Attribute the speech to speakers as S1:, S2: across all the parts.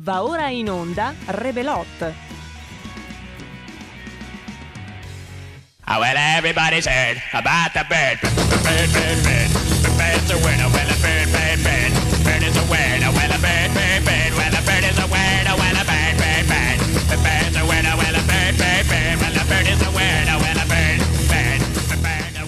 S1: Va ora in onda Rebelot.
S2: Oh, well, everybody's heard about the bird. Bird, bird, bird. The bird's a winner. Well, a bird, bird, bird. Bird is a winner. Well, a bird, bird, bird. Well, a bird is a winner. Well, a bird, bird, bird. The bird's a winner. Well, a bird, bird, bird. Well, a bird is a winner. Well, a bird, bird. The bird's a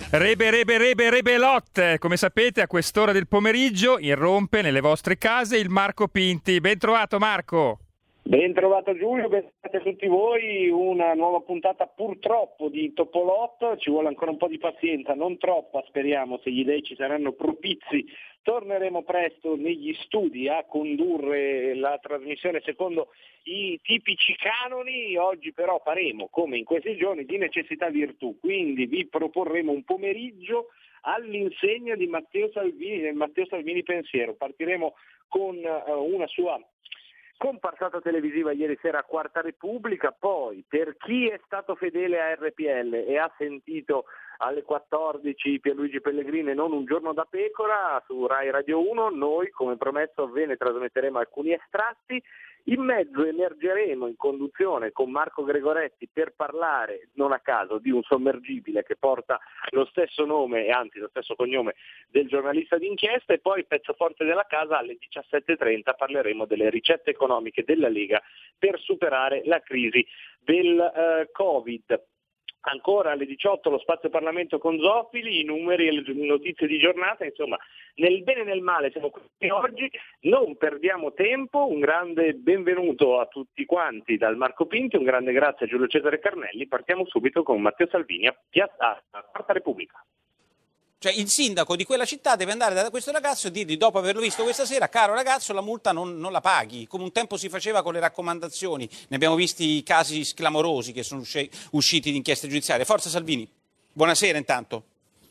S2: winner.
S3: Rebelot, come sapete a quest'ora del pomeriggio irrompe nelle vostre case il Marco Pinti. Ben trovato Marco.
S4: Ben trovato Giulio, ben trovati a tutti voi, una nuova puntata purtroppo di Topolot, ci vuole ancora un po' di pazienza, non troppa speriamo, se gli dei ci saranno propizi, torneremo presto negli studi a condurre la trasmissione secondo i tipici canoni, oggi però faremo come in questi giorni di necessità virtù, quindi vi proporremo un pomeriggio all'insegna di Matteo Salvini, del Matteo Salvini Pensiero, partiremo con una sua comparsata televisiva ieri sera a Quarta Repubblica, poi per chi è stato fedele a RPL e ha sentito alle 14 Pierluigi Pellegrini e non Un giorno da pecora su Rai Radio 1, noi come promesso ve ne trasmetteremo alcuni estratti. In mezzo emergeremo in conduzione con Marco Gregoretti per parlare, non a caso, di un sommergibile che porta lo stesso nome e anzi lo stesso cognome del giornalista d'inchiesta, e poi pezzo forte della casa alle 17.30 parleremo delle ricette economiche della Lega per superare la crisi del Covid. Ancora alle 18 lo spazio Parlamento con Zoffili, i numeri e le notizie di giornata, insomma nel bene e nel male siamo qui oggi, non perdiamo tempo, un grande benvenuto a tutti quanti dal Marco Pinti, un grande grazie a Giulio Cesare Carnelli, partiamo subito con Matteo Salvini a Quarta Repubblica.
S5: Cioè il sindaco di quella città deve andare da questo ragazzo e dirgli, dopo averlo visto questa sera, caro ragazzo, la multa non la paghi, come un tempo si faceva con le raccomandazioni. Ne abbiamo visti casi clamorosi che sono usciti di inchieste giudiziarie. Forza Salvini, buonasera intanto.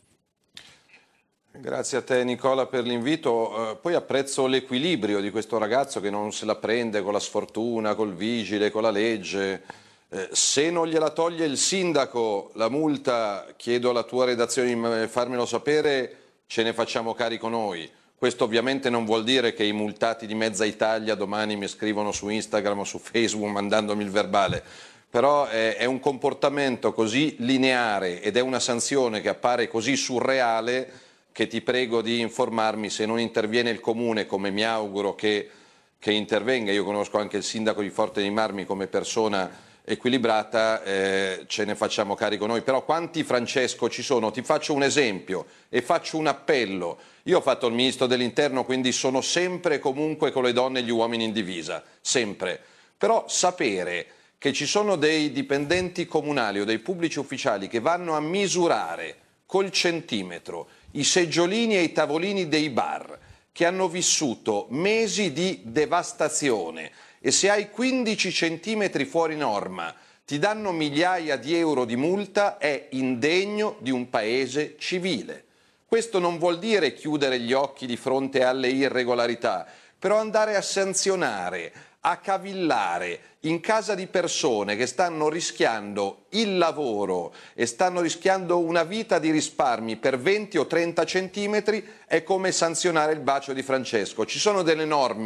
S6: Grazie a te Nicola per l'invito, poi apprezzo l'equilibrio di questo ragazzo che non se la prende con la sfortuna, col vigile, con la legge. Se non gliela toglie il sindaco la multa, chiedo alla tua redazione di farmelo sapere, ce ne facciamo carico noi. Questo ovviamente non vuol dire che i multati di mezza Italia domani mi scrivono su Instagram o su Facebook mandandomi il verbale, però è un comportamento così lineare ed è una sanzione che appare così surreale che ti prego di informarmi se non interviene il comune, come mi auguro che intervenga. Io conosco anche il sindaco di Forte dei Marmi come persona equilibrata, ce ne facciamo carico noi. Però quanti Francesco ci sono? Ti faccio un esempio e faccio un appello. Io ho fatto il ministro dell'interno, quindi sono sempre e comunque con le donne e gli uomini in divisa, sempre. Però sapere che ci sono dei dipendenti comunali o dei pubblici ufficiali che vanno a misurare col centimetro i seggiolini e i tavolini dei bar, che hanno vissuto mesi di devastazione, e se hai 15 centimetri fuori norma ti danno migliaia di euro di multa, è indegno di un paese civile. Questo non vuol dire chiudere gli occhi di fronte alle irregolarità, però andare a sanzionare, a cavillare in casa di persone che stanno rischiando il lavoro e stanno rischiando una vita di risparmi per 20 o 30 centimetri è come sanzionare il bacio di Francesco. Ci sono delle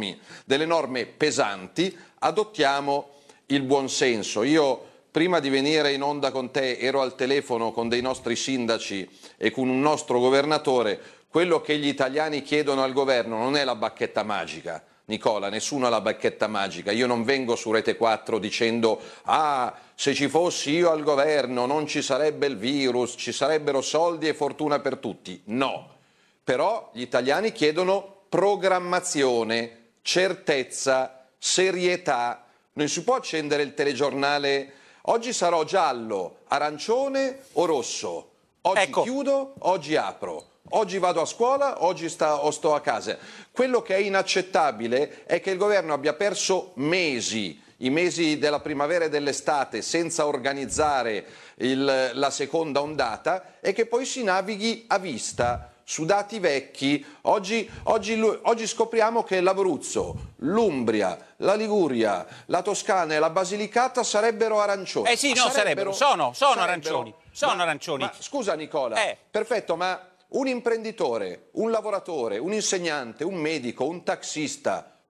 S6: norme pesanti, adottiamo il buonsenso. Io prima di venire in onda con te ero al telefono con dei nostri sindaci e con un nostro governatore. Quello che gli italiani chiedono al governo non è la bacchetta magica. Nicola, nessuno ha la bacchetta magica. Io non vengo su Rete 4 dicendo se ci fossi io al governo non ci sarebbe il virus, ci sarebbero soldi e fortuna per tutti. No, però gli italiani chiedono programmazione, certezza, serietà. Non si può accendere il telegiornale, oggi sarò giallo, arancione o rosso, oggi chiudo, oggi apro. Oggi vado a scuola, oggi sto a casa. Quello che è inaccettabile è che il governo abbia perso mesi, i mesi della primavera e dell'estate, senza organizzare la seconda ondata, e che poi si navighi a vista su dati vecchi. Oggi scopriamo che l'Abruzzo, l'Umbria, la Liguria, la Toscana e la Basilicata sarebbero arancioni.
S5: Sono arancioni. Sono arancioni.
S6: Ma scusa Nicola, perfetto, ma un imprenditore, un lavoratore, un insegnante, un medico, un taxista,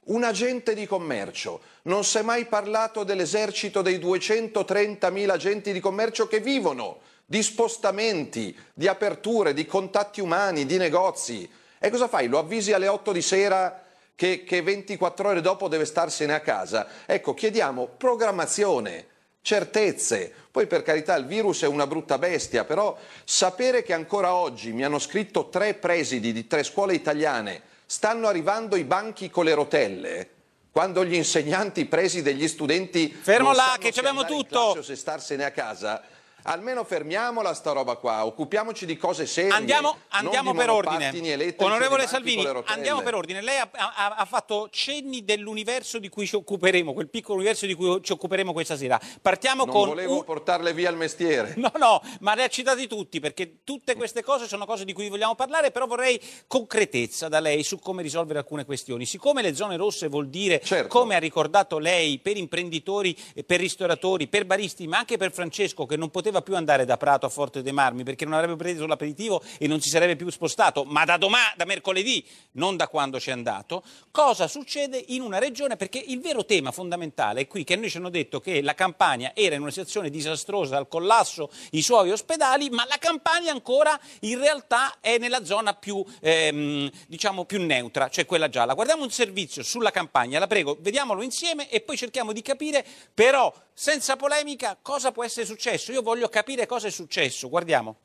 S6: un agente di commercio. Non si è mai parlato dell'esercito dei 230.000 agenti di commercio che vivono di spostamenti, di aperture, di contatti umani, di negozi. E cosa fai? Lo avvisi alle 8 di sera che 24 ore dopo deve starsene a casa? Ecco, chiediamo programmazione, certezze. Poi per carità il virus è una brutta bestia, però sapere che ancora oggi mi hanno scritto 3 presidi di 3 scuole italiane, stanno arrivando i banchi con le rotelle, quando gli insegnanti presi degli studenti
S5: fermo
S6: non
S5: là
S6: sanno
S5: che
S6: se
S5: abbiamo
S6: andare in
S5: tutto
S6: classe o se starsene a casa. Almeno fermiamola sta roba qua, occupiamoci di cose serie.
S5: Andiamo per ordine. Onorevole Salvini,
S6: andiamo
S5: andiamo per ordine. Lei ha fatto cenni dell'universo di cui ci occuperemo, quel piccolo universo di cui ci occuperemo questa sera. Partiamo
S6: non
S5: con...
S6: volevo portarle via il mestiere.
S5: No, ma le ha citati tutti, perché tutte queste cose sono cose di cui vogliamo parlare, però vorrei concretezza da lei su come risolvere alcune questioni. Siccome le zone rosse vuol dire,
S6: certo,
S5: come ha ricordato lei, per imprenditori, per ristoratori, per baristi, ma anche per Francesco, che non poteva più andare da Prato a Forte dei Marmi perché non avrebbe preso l'aperitivo e non si sarebbe più spostato, ma da mercoledì, non da quando c'è andato. Cosa succede in una regione? Perché il vero tema fondamentale è qui, che noi ci hanno detto che la Campania era in una situazione disastrosa, al collasso i suoi ospedali, ma la Campania ancora in realtà è nella zona più diciamo più neutra, cioè quella gialla. Guardiamo un servizio sulla Campania, la prego, vediamolo insieme e poi cerchiamo di capire, però senza polemica, cosa può essere successo. Io voglio capire cosa è successo, guardiamo.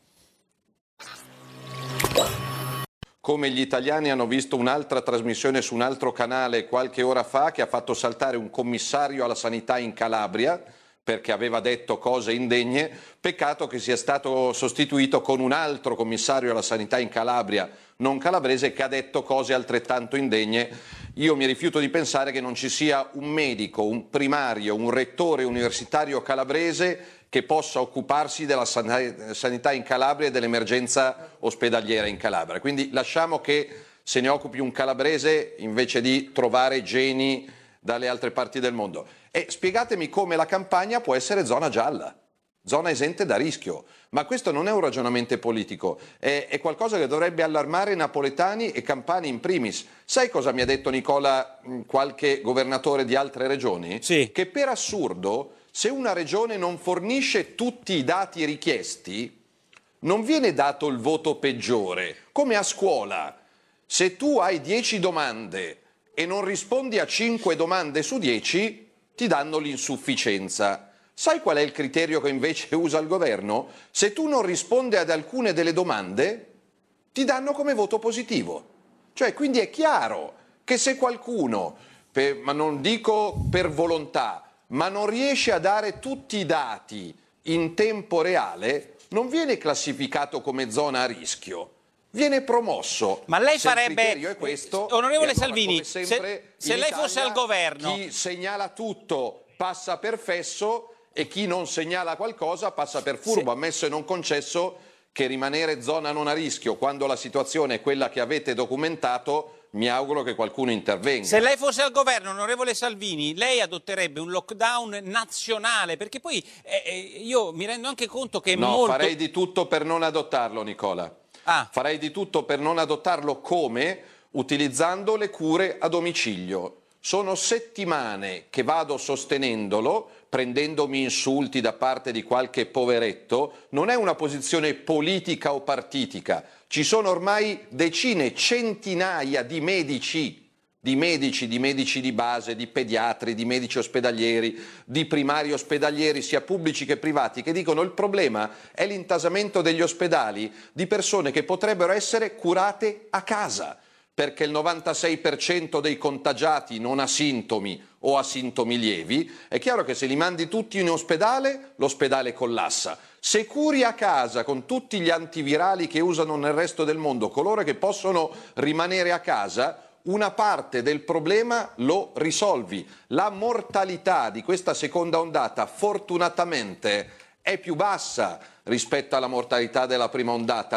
S6: Come gli italiani hanno visto un'altra trasmissione su un altro canale qualche ora fa che ha fatto saltare un commissario alla sanità in Calabria perché aveva detto cose indegne, peccato che sia stato sostituito con un altro commissario alla sanità in Calabria, non calabrese, che ha detto cose altrettanto indegne. Io mi rifiuto di pensare che non ci sia un medico, un primario, un rettore universitario calabrese che possa occuparsi della sanità in Calabria e dell'emergenza ospedaliera in Calabria. Quindi lasciamo che se ne occupi un calabrese invece di trovare geni dalle altre parti del mondo. E spiegatemi come la Campania può essere zona gialla, zona esente da rischio. Ma questo non è un ragionamento politico, è qualcosa che dovrebbe allarmare napoletani e campani in primis. Sai cosa mi ha detto Nicola, qualche governatore di altre regioni?
S5: Sì.
S6: Che per assurdo, se una regione non fornisce tutti i dati richiesti, non viene dato il voto peggiore. Come a scuola, se tu hai 10 domande e non rispondi a 5 domande su 10, ti danno l'insufficienza. Sai qual è il criterio che invece usa il governo? Se tu non rispondi ad alcune delle domande, ti danno come voto positivo. Cioè, quindi è chiaro che se qualcuno, ma non dico per volontà, ma non riesce a dare tutti i dati in tempo reale, non viene classificato come zona a rischio. Viene promosso.
S5: Ma lei
S6: se
S5: farebbe,
S6: il criterio è questo,
S5: onorevole
S6: allora,
S5: Salvini,
S6: sempre,
S5: se lei fosse al governo,
S6: chi segnala tutto passa per fesso e chi non segnala qualcosa passa per furbo, ammesso e non concesso che rimanere zona non a rischio quando la situazione è quella che avete documentato. Mi auguro che qualcuno intervenga.
S5: Se lei fosse al governo, onorevole Salvini, lei adotterebbe un lockdown nazionale, perché poi io mi rendo anche conto che
S6: No,
S5: molto...
S6: farei di tutto per non adottarlo, Nicola. Farei di tutto per non adottarlo come? Utilizzando le cure a domicilio. Sono settimane che vado sostenendolo, prendendomi insulti da parte di qualche poveretto. Non è una posizione politica o partitica. Ci sono ormai decine, centinaia di medici di base, di pediatri, di medici ospedalieri, di primari ospedalieri, sia pubblici che privati, che dicono il problema è l'intasamento degli ospedali di persone che potrebbero essere curate a casa, perché il 96% dei contagiati non ha sintomi o ha sintomi lievi. È chiaro che se li mandi tutti in ospedale, l'ospedale collassa. Se curi a casa con tutti gli antivirali che usano nel resto del mondo coloro che possono rimanere a casa, una parte del problema lo risolvi. La mortalità di questa seconda ondata fortunatamente è più bassa rispetto alla mortalità della prima ondata.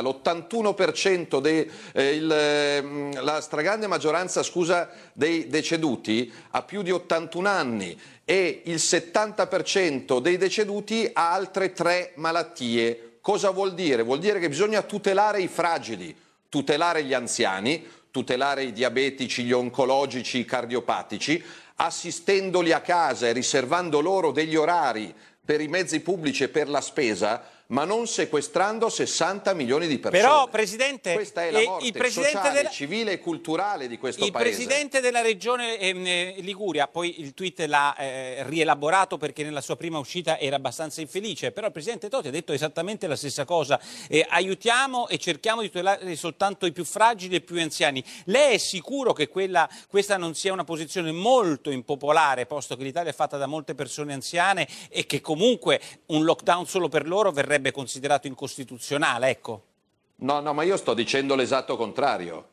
S6: L'81% la stragrande maggioranza, dei deceduti ha più di 81 anni e il 70% dei deceduti ha altre 3 malattie. Cosa vuol dire? Vuol dire che bisogna tutelare i fragili, tutelare gli anziani, tutelare i diabetici, gli oncologici, i cardiopatici, assistendoli a casa e riservando loro degli orari per i mezzi pubblici e per la spesa, ma non sequestrando 60 milioni di persone.
S5: Però, Presidente,
S6: questa è la morte
S5: il Presidente
S6: sociale, civile e culturale di questo Paese.
S5: Il Presidente della Regione Liguria, poi il tweet l'ha rielaborato perché nella sua prima uscita era abbastanza infelice, però il Presidente Totti ha detto esattamente la stessa cosa, aiutiamo e cerchiamo di tutelare soltanto i più fragili e i più anziani. Lei è sicuro che questa non sia una posizione molto impopolare, posto che l'Italia è fatta da molte persone anziane e che comunque un lockdown solo per loro verrebbe considerato incostituzionale, ecco.
S6: No, ma io sto dicendo l'esatto contrario.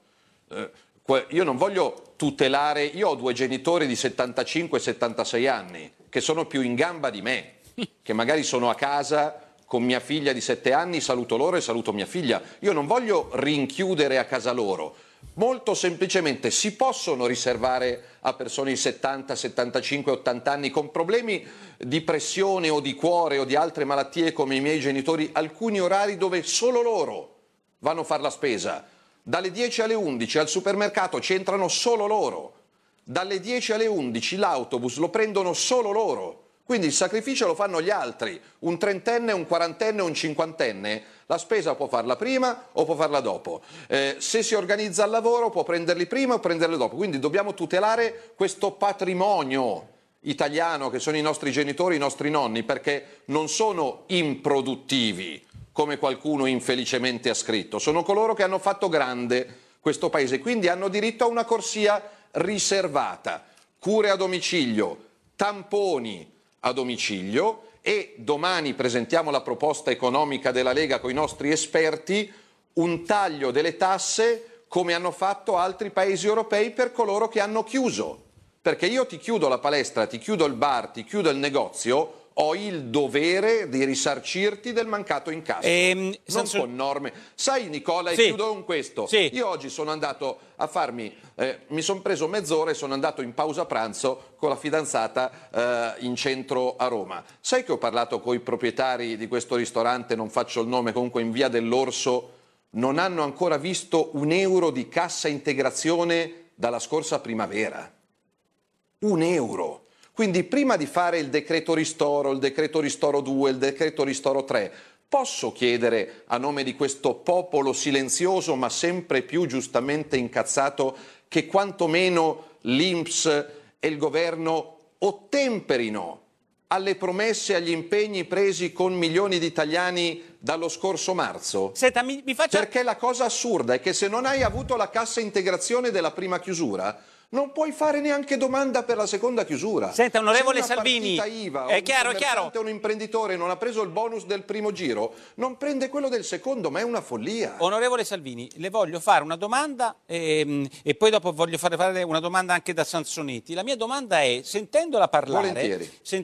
S6: Io non voglio tutelare, io ho 2 genitori di 75 e 76 anni che sono più in gamba di me, che magari sono a casa con mia figlia di 7 anni, saluto loro e saluto mia figlia. Io non voglio rinchiudere a casa loro. Molto semplicemente si possono riservare a persone di 70, 75, 80 anni con problemi di pressione o di cuore o di altre malattie come i miei genitori alcuni orari dove solo loro vanno a fare la spesa. Dalle 10 alle 11 al supermercato ci entrano solo loro. Dalle 10 alle 11 l'autobus lo prendono solo loro. Quindi il sacrificio lo fanno gli altri, un trentenne, un quarantenne, un cinquantenne, la spesa può farla prima o può farla dopo. Se si organizza il lavoro può prenderli prima o prenderli dopo, quindi dobbiamo tutelare questo patrimonio italiano che sono i nostri genitori, i nostri nonni, perché non sono improduttivi, come qualcuno infelicemente ha scritto, sono coloro che hanno fatto grande questo Paese, quindi hanno diritto a una corsia riservata, cure a domicilio, tamponi a domicilio e domani presentiamo la proposta economica della Lega con i nostri esperti, un taglio delle tasse come hanno fatto altri paesi europei per coloro che hanno chiuso. Perché io ti chiudo la palestra, ti chiudo il bar, ti chiudo il negozio, ho il dovere di risarcirti del mancato incasso, non con norme. Sai Nicola, e
S5: sì,
S6: chiudo con questo,
S5: sì.
S6: Io oggi sono andato a farmi, mi sono preso mezz'ora e sono andato in pausa pranzo con la fidanzata in centro a Roma. Sai che ho parlato con i proprietari di questo ristorante, non faccio il nome, comunque in via dell'Orso, non hanno ancora visto €1 di cassa integrazione dalla scorsa primavera. €1. Quindi prima di fare il decreto ristoro 2, il decreto ristoro 3, posso chiedere a nome di questo popolo silenzioso ma sempre più giustamente incazzato che quantomeno l'INPS e il governo ottemperino alle promesse e agli impegni presi con milioni di italiani dallo scorso marzo?
S5: Senta, mi faccia...
S6: Perché la cosa assurda è che se non hai avuto la cassa integrazione della prima chiusura non puoi fare neanche domanda per la seconda chiusura.
S5: Senta, onorevole
S6: se una
S5: Salvini,
S6: IVA,
S5: è chiaro.
S6: Un imprenditore non ha preso il bonus del primo giro, non prende quello del secondo, ma è una follia.
S5: Onorevole Salvini, le voglio fare una domanda e poi dopo voglio fare una domanda anche da Sansonetti. La mia domanda è, sentendola parlare,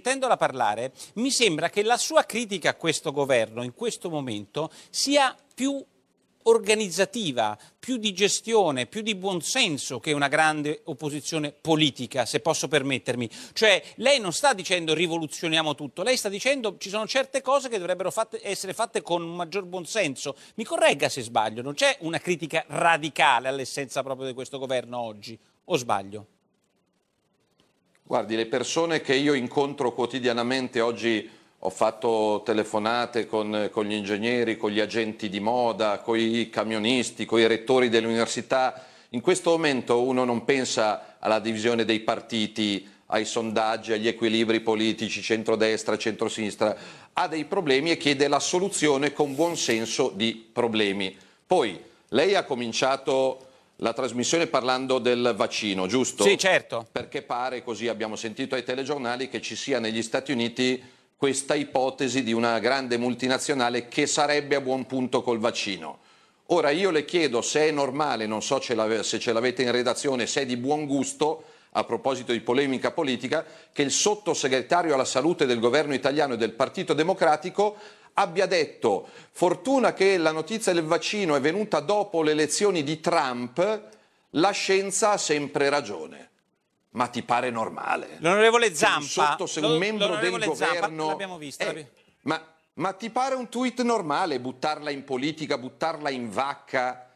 S5: mi sembra che la sua critica a questo governo in questo momento sia più organizzativa, più di gestione, più di buonsenso che una grande opposizione politica, se posso permettermi. Cioè, lei non sta dicendo rivoluzioniamo tutto, lei sta dicendo ci sono certe cose che dovrebbero essere fatte con un maggior buonsenso. Mi corregga se sbaglio, non c'è una critica radicale all'essenza proprio di questo governo oggi, o sbaglio?
S6: Guardi, le persone che io incontro quotidianamente oggi, ho fatto telefonate con gli ingegneri, con gli agenti di moda, con i camionisti, con i rettori delle università. In questo momento uno non pensa alla divisione dei partiti, ai sondaggi, agli equilibri politici, centrodestra, centrosinistra. Ha dei problemi e chiede la soluzione con buon senso di problemi. Poi, lei ha cominciato la trasmissione parlando del vaccino, giusto?
S5: Sì, certo.
S6: Perché pare, così abbiamo sentito ai telegiornali, che ci sia negli Stati Uniti questa ipotesi di una grande multinazionale che sarebbe a buon punto col vaccino. Ora io le chiedo se è normale, non so se ce l'avete in redazione, se è di buon gusto, a proposito di polemica politica, che il sottosegretario alla salute del governo italiano e del Partito Democratico abbia detto: fortuna che la notizia del vaccino è venuta dopo le elezioni di Trump, la scienza ha sempre ragione. Ma ti pare normale?
S5: L'onorevole Zampa,
S6: un membro del governo,
S5: l'abbiamo vista.
S6: Ma ti pare un tweet normale buttarla in politica, buttarla in vacca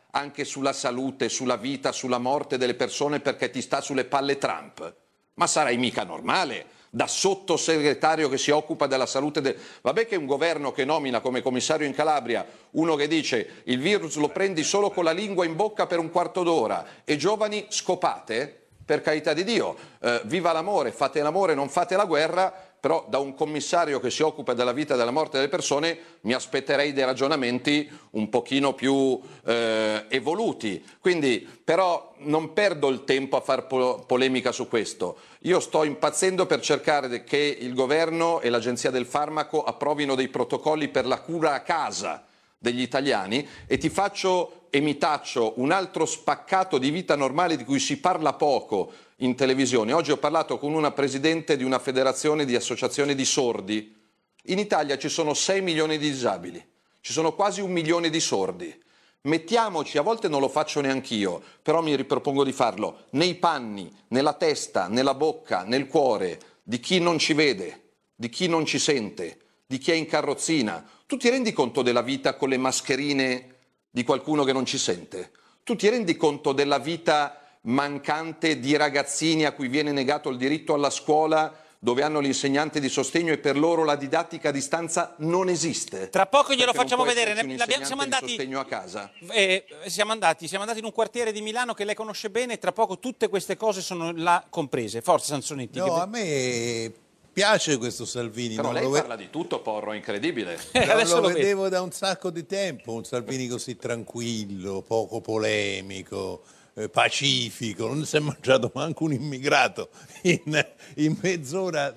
S6: anche sulla salute, sulla vita, sulla morte delle persone perché ti sta sulle palle Trump? Ma sarai mica normale, da sottosegretario che si occupa della salute. Vabbè che un governo che nomina come commissario in Calabria uno che dice il virus lo prendi solo con la lingua in bocca per un quarto d'ora e giovani scopate, per carità di Dio, viva l'amore, fate l'amore, non fate la guerra. Però da un commissario che si occupa della vita e della morte delle persone mi aspetterei dei ragionamenti un pochino più evoluti. Quindi però non perdo il tempo a far polemica su questo. Io sto impazzendo per cercare che il governo e l'Agenzia del Farmaco approvino dei protocolli per la cura a casa degli italiani e ti faccio e mi taccio un altro spaccato di vita normale di cui si parla poco in televisione. Oggi ho parlato con una presidente di una federazione di associazioni di sordi. In Italia ci sono 6 milioni di disabili, ci sono quasi 1 milione di sordi. Mettiamoci, a volte non lo faccio neanch'io, però mi ripropongo di farlo, nei panni, nella testa, nella bocca, nel cuore di chi non ci vede, di chi non ci sente, di chi è in carrozzina. Tu ti rendi conto della vita con le mascherine di qualcuno che non ci sente? Tu ti rendi conto della vita mancante di ragazzini a cui viene negato il diritto alla scuola, dove hanno l'insegnante di sostegno e per loro la didattica a distanza non esiste?
S5: Tra poco glielo
S6: Perché
S5: facciamo
S6: non può
S5: vedere.
S6: esserci un
S5: Siamo andati
S6: di sostegno a casa.
S5: Siamo andati in un quartiere di Milano che lei conosce bene e tra poco tutte queste cose sono là comprese. Forza Sansonetti.
S7: No, a me piace questo Salvini.
S6: Però
S7: non
S6: lei
S7: lo
S6: parla di tutto, Porro, incredibile.
S7: non
S5: Adesso
S7: lo
S5: lo
S7: vedevo da un sacco di tempo, un Salvini così tranquillo, poco polemico, pacifico, non si è mangiato manco un immigrato in mezz'ora.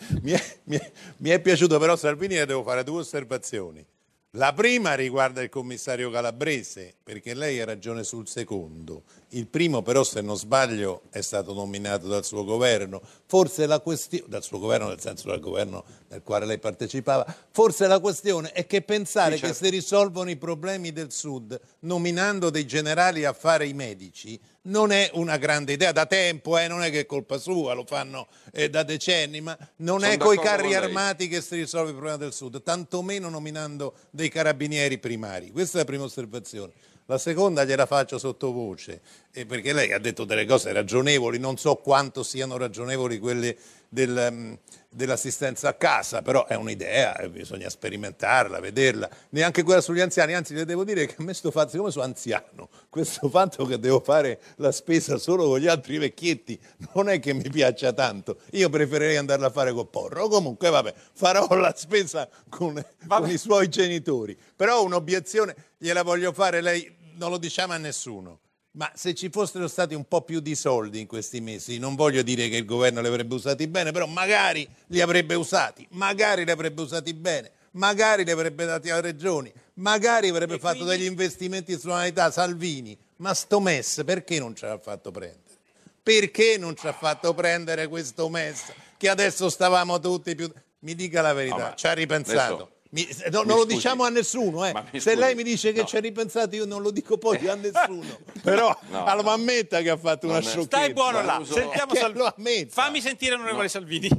S7: Mi è piaciuto, però Salvini le devo fare 2 osservazioni. La prima riguarda il commissario Calabrese, perché lei ha ragione sul secondo. Il primo però, se non sbaglio, è stato nominato dal suo governo. Forse la questione, dal suo governo nel senso del governo nel quale lei partecipava, forse la questione è che pensare
S6: sì, certo,
S7: che si risolvono i problemi del Sud nominando dei generali a fare i medici non è una grande idea, da tempo, non è che è colpa sua, lo fanno da decenni, ma non
S6: Sono
S7: è coi
S6: d'accordo
S7: carri
S6: con lei.
S7: armati che si risolve il problema del Sud, tantomeno nominando dei carabinieri primari. Questa è la prima osservazione. La seconda gliela faccio sottovoce, perché lei ha detto delle cose ragionevoli, non so quanto siano ragionevoli quelle dell'assistenza a casa, però è un'idea, bisogna sperimentarla, vederla. Neanche quella sugli anziani, anzi le devo dire che a me sto fatto, siccome sono anziano, questo fatto che devo fare la spesa solo con gli altri vecchietti non è che mi piaccia tanto. Io preferirei andarla a fare con Porro. Comunque vabbè, farò la spesa con i suoi genitori. Però un'obiezione gliela voglio fare, lei non lo diciamo a nessuno. Ma se ci fossero stati un po' più di soldi in questi mesi, non voglio dire che il governo li avrebbe usati bene, però magari li avrebbe usati, magari li avrebbe usati bene, magari li avrebbe dati alle regioni, magari avrebbe fatto degli investimenti sulla sanità. Salvini, ma sto MES perché non ce l'ha fatto prendere? Perché non ci ha fatto prendere questo MES? Che adesso stavamo tutti più... Mi dica la verità, ci ha ripensato. Non lo diciamo a nessuno, se lei mi dice che ci ha ripensato io non lo dico poi a nessuno, però lo ammetta che ha fatto una sciocchezza.
S5: Stai buono là, sentiamo Salvini. Fammi sentire l'onorevole Salvini.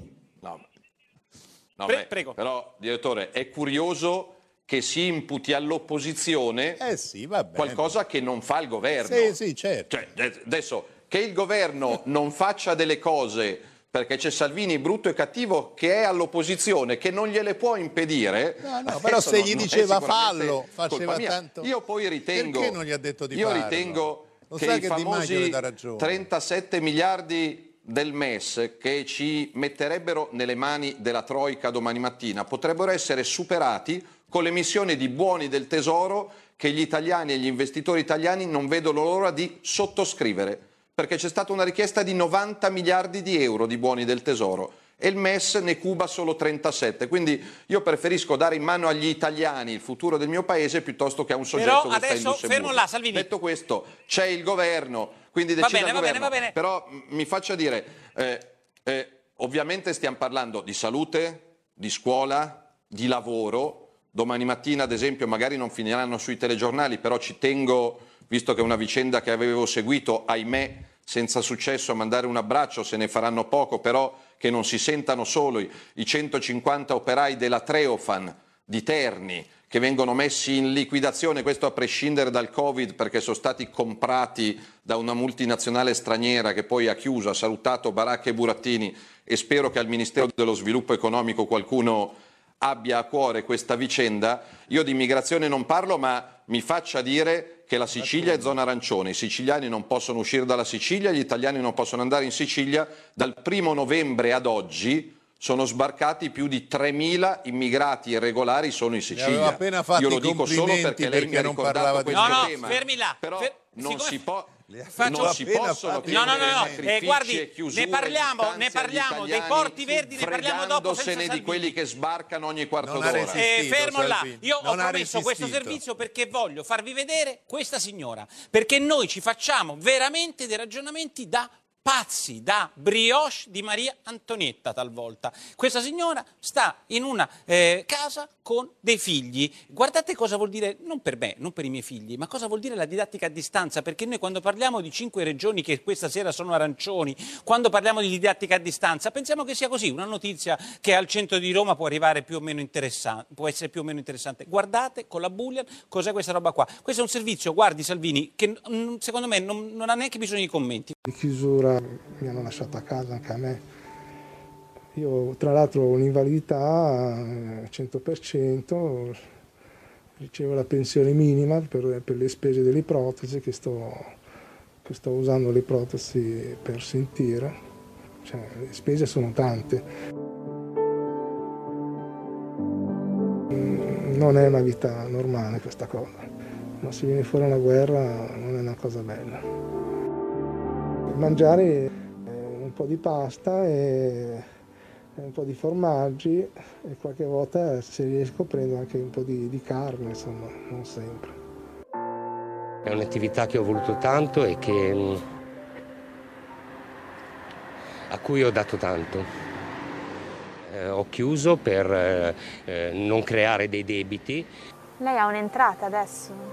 S5: Prego.
S6: Però, direttore, è curioso che si imputi all'opposizione qualcosa che non fa il governo.
S7: Sì, certo.
S6: Cioè, adesso, che il governo non faccia delle cose perché c'è Salvini brutto e cattivo che è all'opposizione, che non gliele può impedire.
S7: No, però se gli diceva fallo, faceva tanto.
S6: Io poi ritengo,
S7: perché non gli ha detto di farlo?
S6: Io ritengo che i famosi 37 miliardi del MES che ci metterebbero nelle mani della Troica domani mattina potrebbero essere superati con l'emissione di buoni del Tesoro che gli italiani e gli investitori italiani non vedono l'ora di sottoscrivere, perché c'è stata una richiesta di 90 miliardi di euro di buoni del Tesoro e il MES ne cuba solo 37. Quindi io preferisco dare in mano agli italiani il futuro del mio paese piuttosto che a un soggetto che sta in Lussemburgo.
S5: Fermo là, Salvini.
S6: Detto questo, c'è il governo, quindi decide il governo. Va bene. Però mi faccia dire, ovviamente stiamo parlando di salute, di scuola, di lavoro. Domani mattina, ad esempio, magari non finiranno sui telegiornali, però ci tengo, visto che è una vicenda che avevo seguito, ahimè, senza successo, a mandare un abbraccio, se ne faranno poco, però che non si sentano solo i 150 operai della Treofan di Terni, che vengono messi in liquidazione, questo a prescindere dal Covid, perché sono stati comprati da una multinazionale straniera che poi ha chiuso, ha salutato Baracca e Burattini, e spero che al Ministero dello Sviluppo Economico qualcuno abbia a cuore questa vicenda. Io di immigrazione non parlo, ma mi faccia dire che la Sicilia è zona arancione, i siciliani non possono uscire dalla Sicilia, gli italiani non possono andare in Sicilia. Dal 1° novembre ad oggi sono sbarcati più di 3.000 immigrati irregolari solo in Sicilia.
S7: Appena fatto.
S6: Io lo dico solo perché lei mi ha ricordato questo tema.
S5: Fermi là.
S6: Però non si può...
S5: Faccio...
S6: Non si possono
S5: guardi, ne parliamo dei porti verdi, ne parliamo dopo senza Salvini.
S6: Di quelli che sbarcano ogni quarto d'ora.
S5: Fermo là, io ho promesso questo servizio perché voglio farvi vedere questa signora, perché noi ci facciamo veramente dei ragionamenti da pazzi, da brioche di Maria Antonietta talvolta. Questa signora sta in una casa con dei figli. Guardate cosa vuol dire, non per me, non per i miei figli, ma cosa vuol dire la didattica a distanza, perché noi quando parliamo di 5 regioni che questa sera sono arancioni, quando parliamo di didattica a distanza, pensiamo che sia così, una notizia che al centro di Roma può arrivare più o meno interessante, può essere più o meno interessante. Guardate con la Bullian cos'è questa roba qua. Questo è un servizio, guardi Salvini, che secondo me non ha neanche bisogno di commenti.
S8: Di chiusura mi hanno lasciato a casa anche a me. Io tra l'altro ho un'invalidità 100%, ricevo la pensione minima per le spese delle protesi, che sto usando le protesi per sentire, cioè, le spese sono tante. Non è una vita normale questa cosa, ma se viene fuori una guerra non è una cosa bella. Mangiare un po' di pasta e un po' di formaggi, e qualche volta, se riesco, prendo anche un po' di carne, insomma, non sempre.
S9: È un'attività che ho voluto tanto e a cui ho dato tanto. Ho chiuso per non creare dei debiti.
S10: Lei ha un'entrata adesso?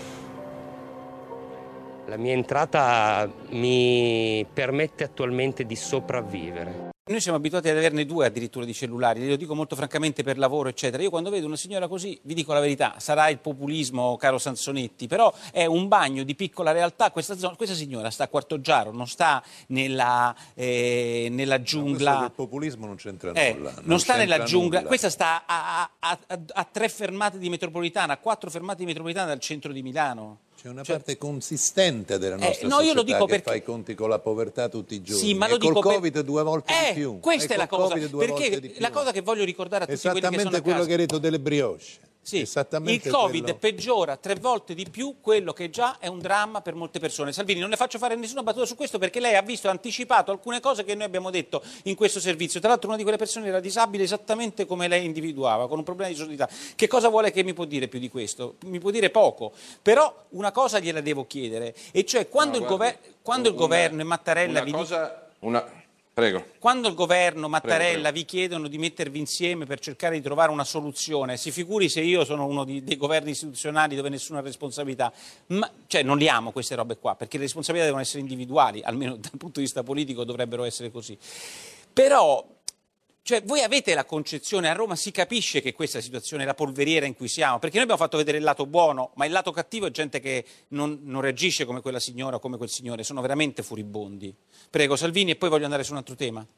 S9: La mia entrata mi permette attualmente di sopravvivere.
S5: Noi siamo abituati ad averne 2 addirittura di cellulari, lo dico molto francamente per lavoro eccetera. Io quando vedo una signora così, vi dico la verità, sarà il populismo, caro Sansonetti, però è un bagno di piccola realtà. Questa signora sta a Quartoggiaro, non sta nella giungla.
S7: Il populismo non c'entra nulla.
S5: Non sta nella giungla,
S7: nulla.
S5: Questa sta a 3 fermate di metropolitana, a 4 fermate di metropolitana dal centro di Milano.
S7: C'è una parte consistente della nostra
S5: io lo dico
S7: società che
S5: perché...
S7: fa i conti con la povertà tutti i giorni.
S5: Sì, ma lo
S7: e col
S5: dico
S7: Covid 2 volte di più.
S5: Questa è la cosa, perché la cosa che voglio ricordare a tutti quelli che sono a casa.
S7: Esattamente quello che hai detto delle brioche.
S5: Sì, il Covid peggiora 3 volte di più quello che già è un dramma per molte persone. Salvini, non le faccio fare nessuna battuta su questo perché lei ha visto, ha anticipato alcune cose che noi abbiamo detto in questo servizio. Tra l'altro una di quelle persone era disabile esattamente come lei individuava, con un problema di sordità. Che cosa vuole che mi può dire più di questo? Mi può dire poco, però una cosa gliela devo chiedere, e cioè quando il governo e Mattarella
S6: Prego.
S5: Quando il governo, Mattarella, vi chiedono di mettervi insieme per cercare di trovare una soluzione, si figuri se io sono uno dei governi istituzionali dove nessuno ha responsabilità. Cioè non li amo queste robe qua, perché le responsabilità devono essere individuali, almeno dal punto di vista politico dovrebbero essere così. Però, cioè, voi avete la concezione, a Roma si capisce che questa situazione è la polveriera in cui siamo, perché noi abbiamo fatto vedere il lato buono, ma il lato cattivo è gente che non reagisce come quella signora o come quel signore, sono veramente furibondi. Prego Salvini, e poi voglio andare su un altro tema.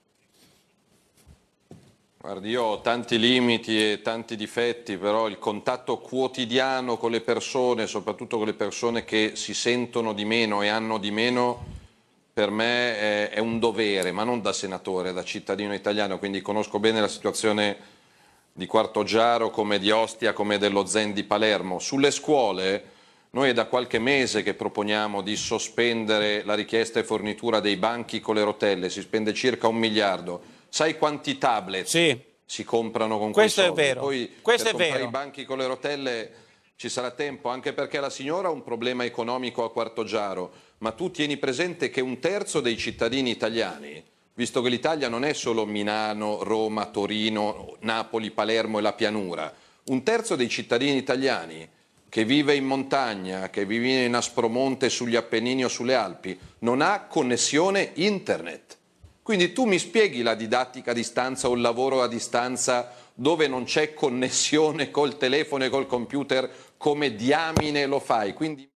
S6: Guardi, io ho tanti limiti e tanti difetti, però il contatto quotidiano con le persone, soprattutto con le persone che si sentono di meno e hanno di meno, per me è un dovere, ma non da senatore, da cittadino italiano, quindi conosco bene la situazione di Quartoggiaro, come di Ostia, come dello Zen di Palermo. Sulle scuole, noi è da qualche mese che proponiamo di sospendere la richiesta e fornitura dei banchi con le rotelle, si spende circa 1 miliardo. Sai quanti tablet si comprano con quei soldi?
S5: Questo è vero.
S6: Poi per comprare i banchi con le rotelle ci sarà tempo, anche perché la signora ha un problema economico a Quartoggiaro, ma tu tieni presente che 1/3 dei cittadini italiani, visto che l'Italia non è solo Milano, Roma, Torino, Napoli, Palermo e la pianura, 1/3 dei cittadini italiani che vive in montagna, che vive in Aspromonte, sugli Appennini o sulle Alpi, non ha connessione internet. Quindi tu mi spieghi la didattica a distanza o il lavoro a distanza dove non c'è connessione col telefono e col computer, come diamine lo fai? Quindi...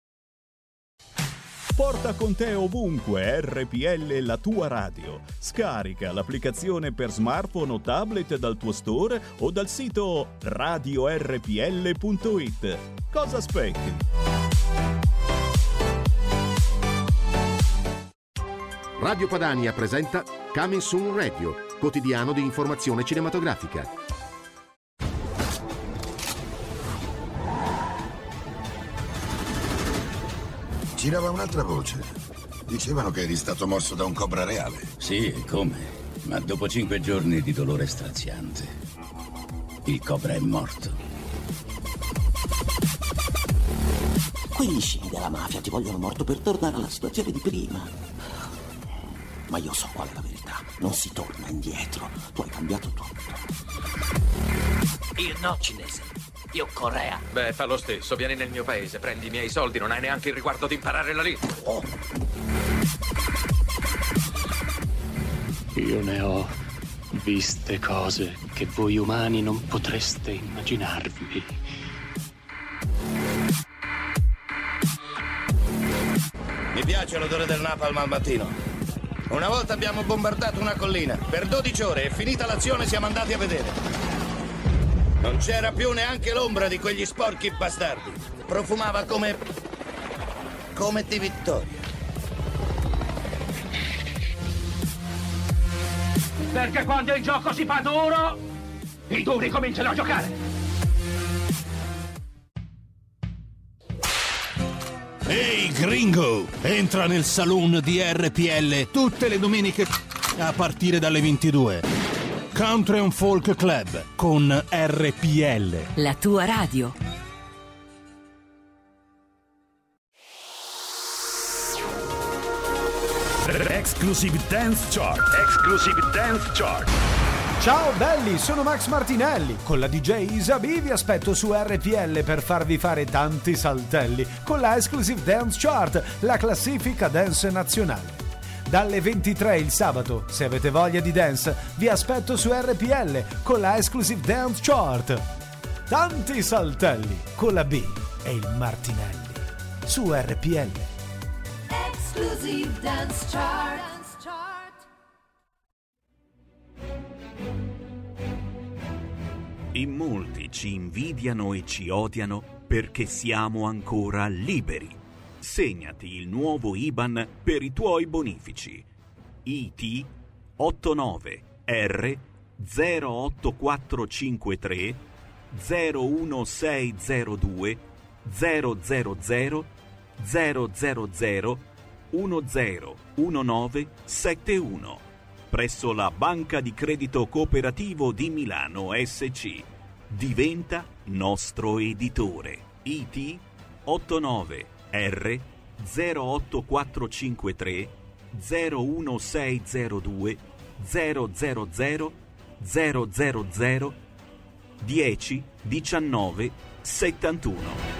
S11: Porta con te ovunque RPL, la tua radio. Scarica l'applicazione per smartphone o tablet dal tuo store o dal sito radiorpl.it. Cosa aspetti?
S12: Radio Padania presenta Coming Soon Radio, quotidiano di informazione cinematografica.
S13: Girava un'altra voce. Dicevano che eri stato morso da un cobra reale.
S14: Sì, e come? Ma dopo 5 giorni di dolore straziante, il cobra è morto.
S15: Quegli scemi della mafia ti vogliono morto per tornare alla situazione di prima. Ma io so qual è la verità. Non si torna indietro. Tu hai cambiato tutto.
S16: Io no, cinese. Io Corea.
S17: Beh, fa lo stesso. Vieni nel mio paese, prendi i miei soldi, non hai neanche il riguardo di imparare la lingua.
S15: Oh.
S18: Io ne ho viste cose che voi umani non potreste immaginarvi.
S19: Mi piace l'odore del napalm al mattino. Una volta abbiamo bombardato una collina. Per 12 ore e finita l'azione siamo andati a vedere. Non c'era più neanche l'ombra di quegli sporchi bastardi. Profumava come di vittoria.
S16: Perché quando il gioco si fa duro, i duri cominciano a giocare.
S20: Ehi gringo, entra nel saloon di RPL tutte le domeniche a partire dalle 22. Country and Folk Club con RPL.
S21: La tua radio.
S22: Exclusive Dance Chart. Exclusive Dance Chart.
S23: Ciao belli, sono Max Martinelli. Con la DJ Isabi vi aspetto su RPL per farvi fare tanti saltelli con la Exclusive Dance Chart, la classifica dance nazionale. Dalle 23 il sabato, se avete voglia di dance, vi aspetto su RPL con la Exclusive Dance Chart. Tanti saltelli con la B e il Martinelli su RPL.
S24: Exclusive Dance Chart.
S25: In molti ci invidiano e ci odiano perché siamo ancora liberi. Segnati il nuovo IBAN per i tuoi bonifici. IT 89 R 08453 01602 000 000 101971 presso la Banca di Credito Cooperativo di Milano SC. Diventa nostro editore. IT 89 R 08453 01602 000 000 10 19 71.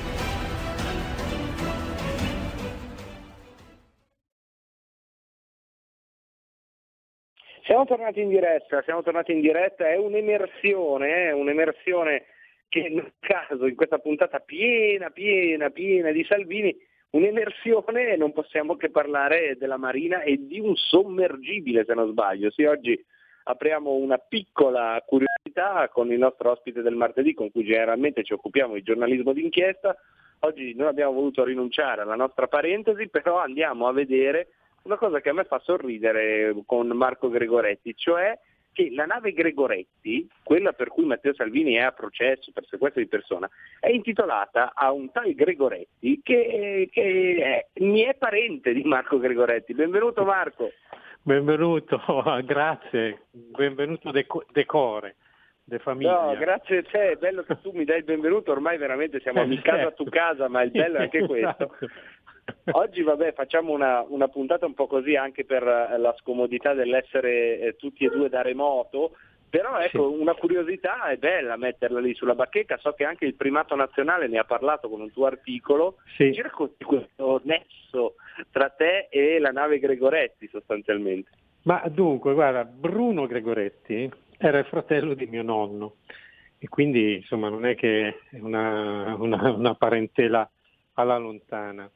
S4: Siamo tornati in diretta, è un'emersione che nel caso in questa puntata piena di Salvini, un'emersione, non possiamo che parlare della Marina e di un sommergibile, se non sbaglio. Sì, oggi apriamo una piccola curiosità con il nostro ospite del martedì, con cui generalmente ci occupiamo di giornalismo d'inchiesta. Oggi non abbiamo voluto rinunciare alla nostra parentesi, però andiamo a vedere una cosa che a me fa sorridere con Marco Gregoretti, cioè che la nave Gregoretti, quella per cui Matteo Salvini è a processo per sequestro di persona, è intitolata a un tal Gregoretti che mi è parente di Marco Gregoretti. Benvenuto Marco.
S26: Benvenuto, grazie, benvenuto decore, de famiglia.
S4: No, grazie a te, è bello che tu mi dai il benvenuto, ormai veramente siamo a casa a tu casa, ma il bello è anche questo. Oggi facciamo una puntata un po' così anche per la scomodità dell'essere tutti e due da remoto, però ecco, una curiosità è bella metterla lì sulla bacheca. So che anche il Primato Nazionale ne ha parlato con un tuo articolo. Ci racconti questo nesso tra te e la nave Gregoretti sostanzialmente?
S26: Ma dunque, guarda, Bruno Gregoretti era il fratello di mio nonno e quindi insomma non è che è una parentela alla lontana.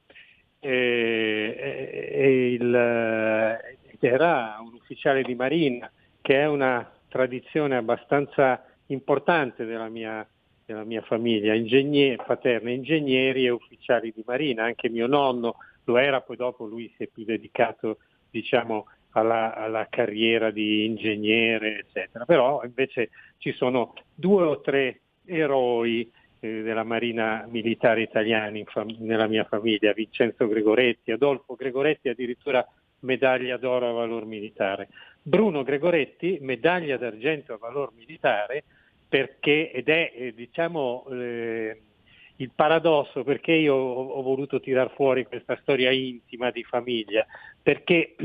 S26: Era un ufficiale di marina, che è una tradizione abbastanza importante della mia famiglia, paterna, ingegneri e ufficiali di marina. Anche mio nonno lo era, poi dopo lui si è più dedicato, diciamo, alla carriera di ingegnere, eccetera. Però invece ci sono 2 o 3 eroi della Marina Militare Italiana nella mia famiglia: Vincenzo Gregoretti, Adolfo Gregoretti, addirittura medaglia d'oro a valor militare; Bruno Gregoretti, medaglia d'argento a valor militare, perché, ed è diciamo il paradosso, perché io ho voluto tirar fuori questa storia intima di famiglia, perché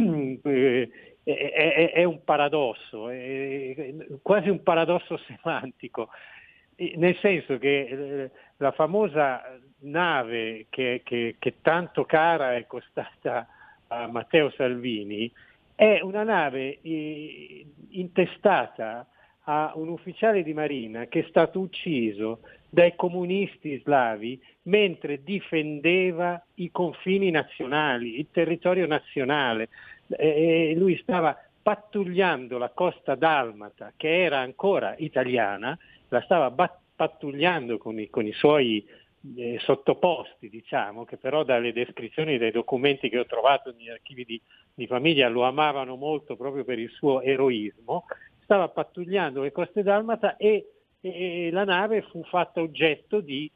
S26: è un paradosso, è quasi un paradosso semantico, nel senso che la famosa nave che tanto cara è costata a Matteo Salvini è una nave intestata a un ufficiale di marina che è stato ucciso dai comunisti slavi mentre difendeva i confini nazionali, il territorio nazionale. Lui stava pattugliando la costa dalmata, che era ancora italiana, la stava pattugliando con i suoi sottoposti, diciamo, che però dalle descrizioni dei documenti che ho trovato negli archivi di famiglia lo amavano molto proprio per il suo eroismo. Stava pattugliando le coste dalmata e la nave fu fatta oggetto di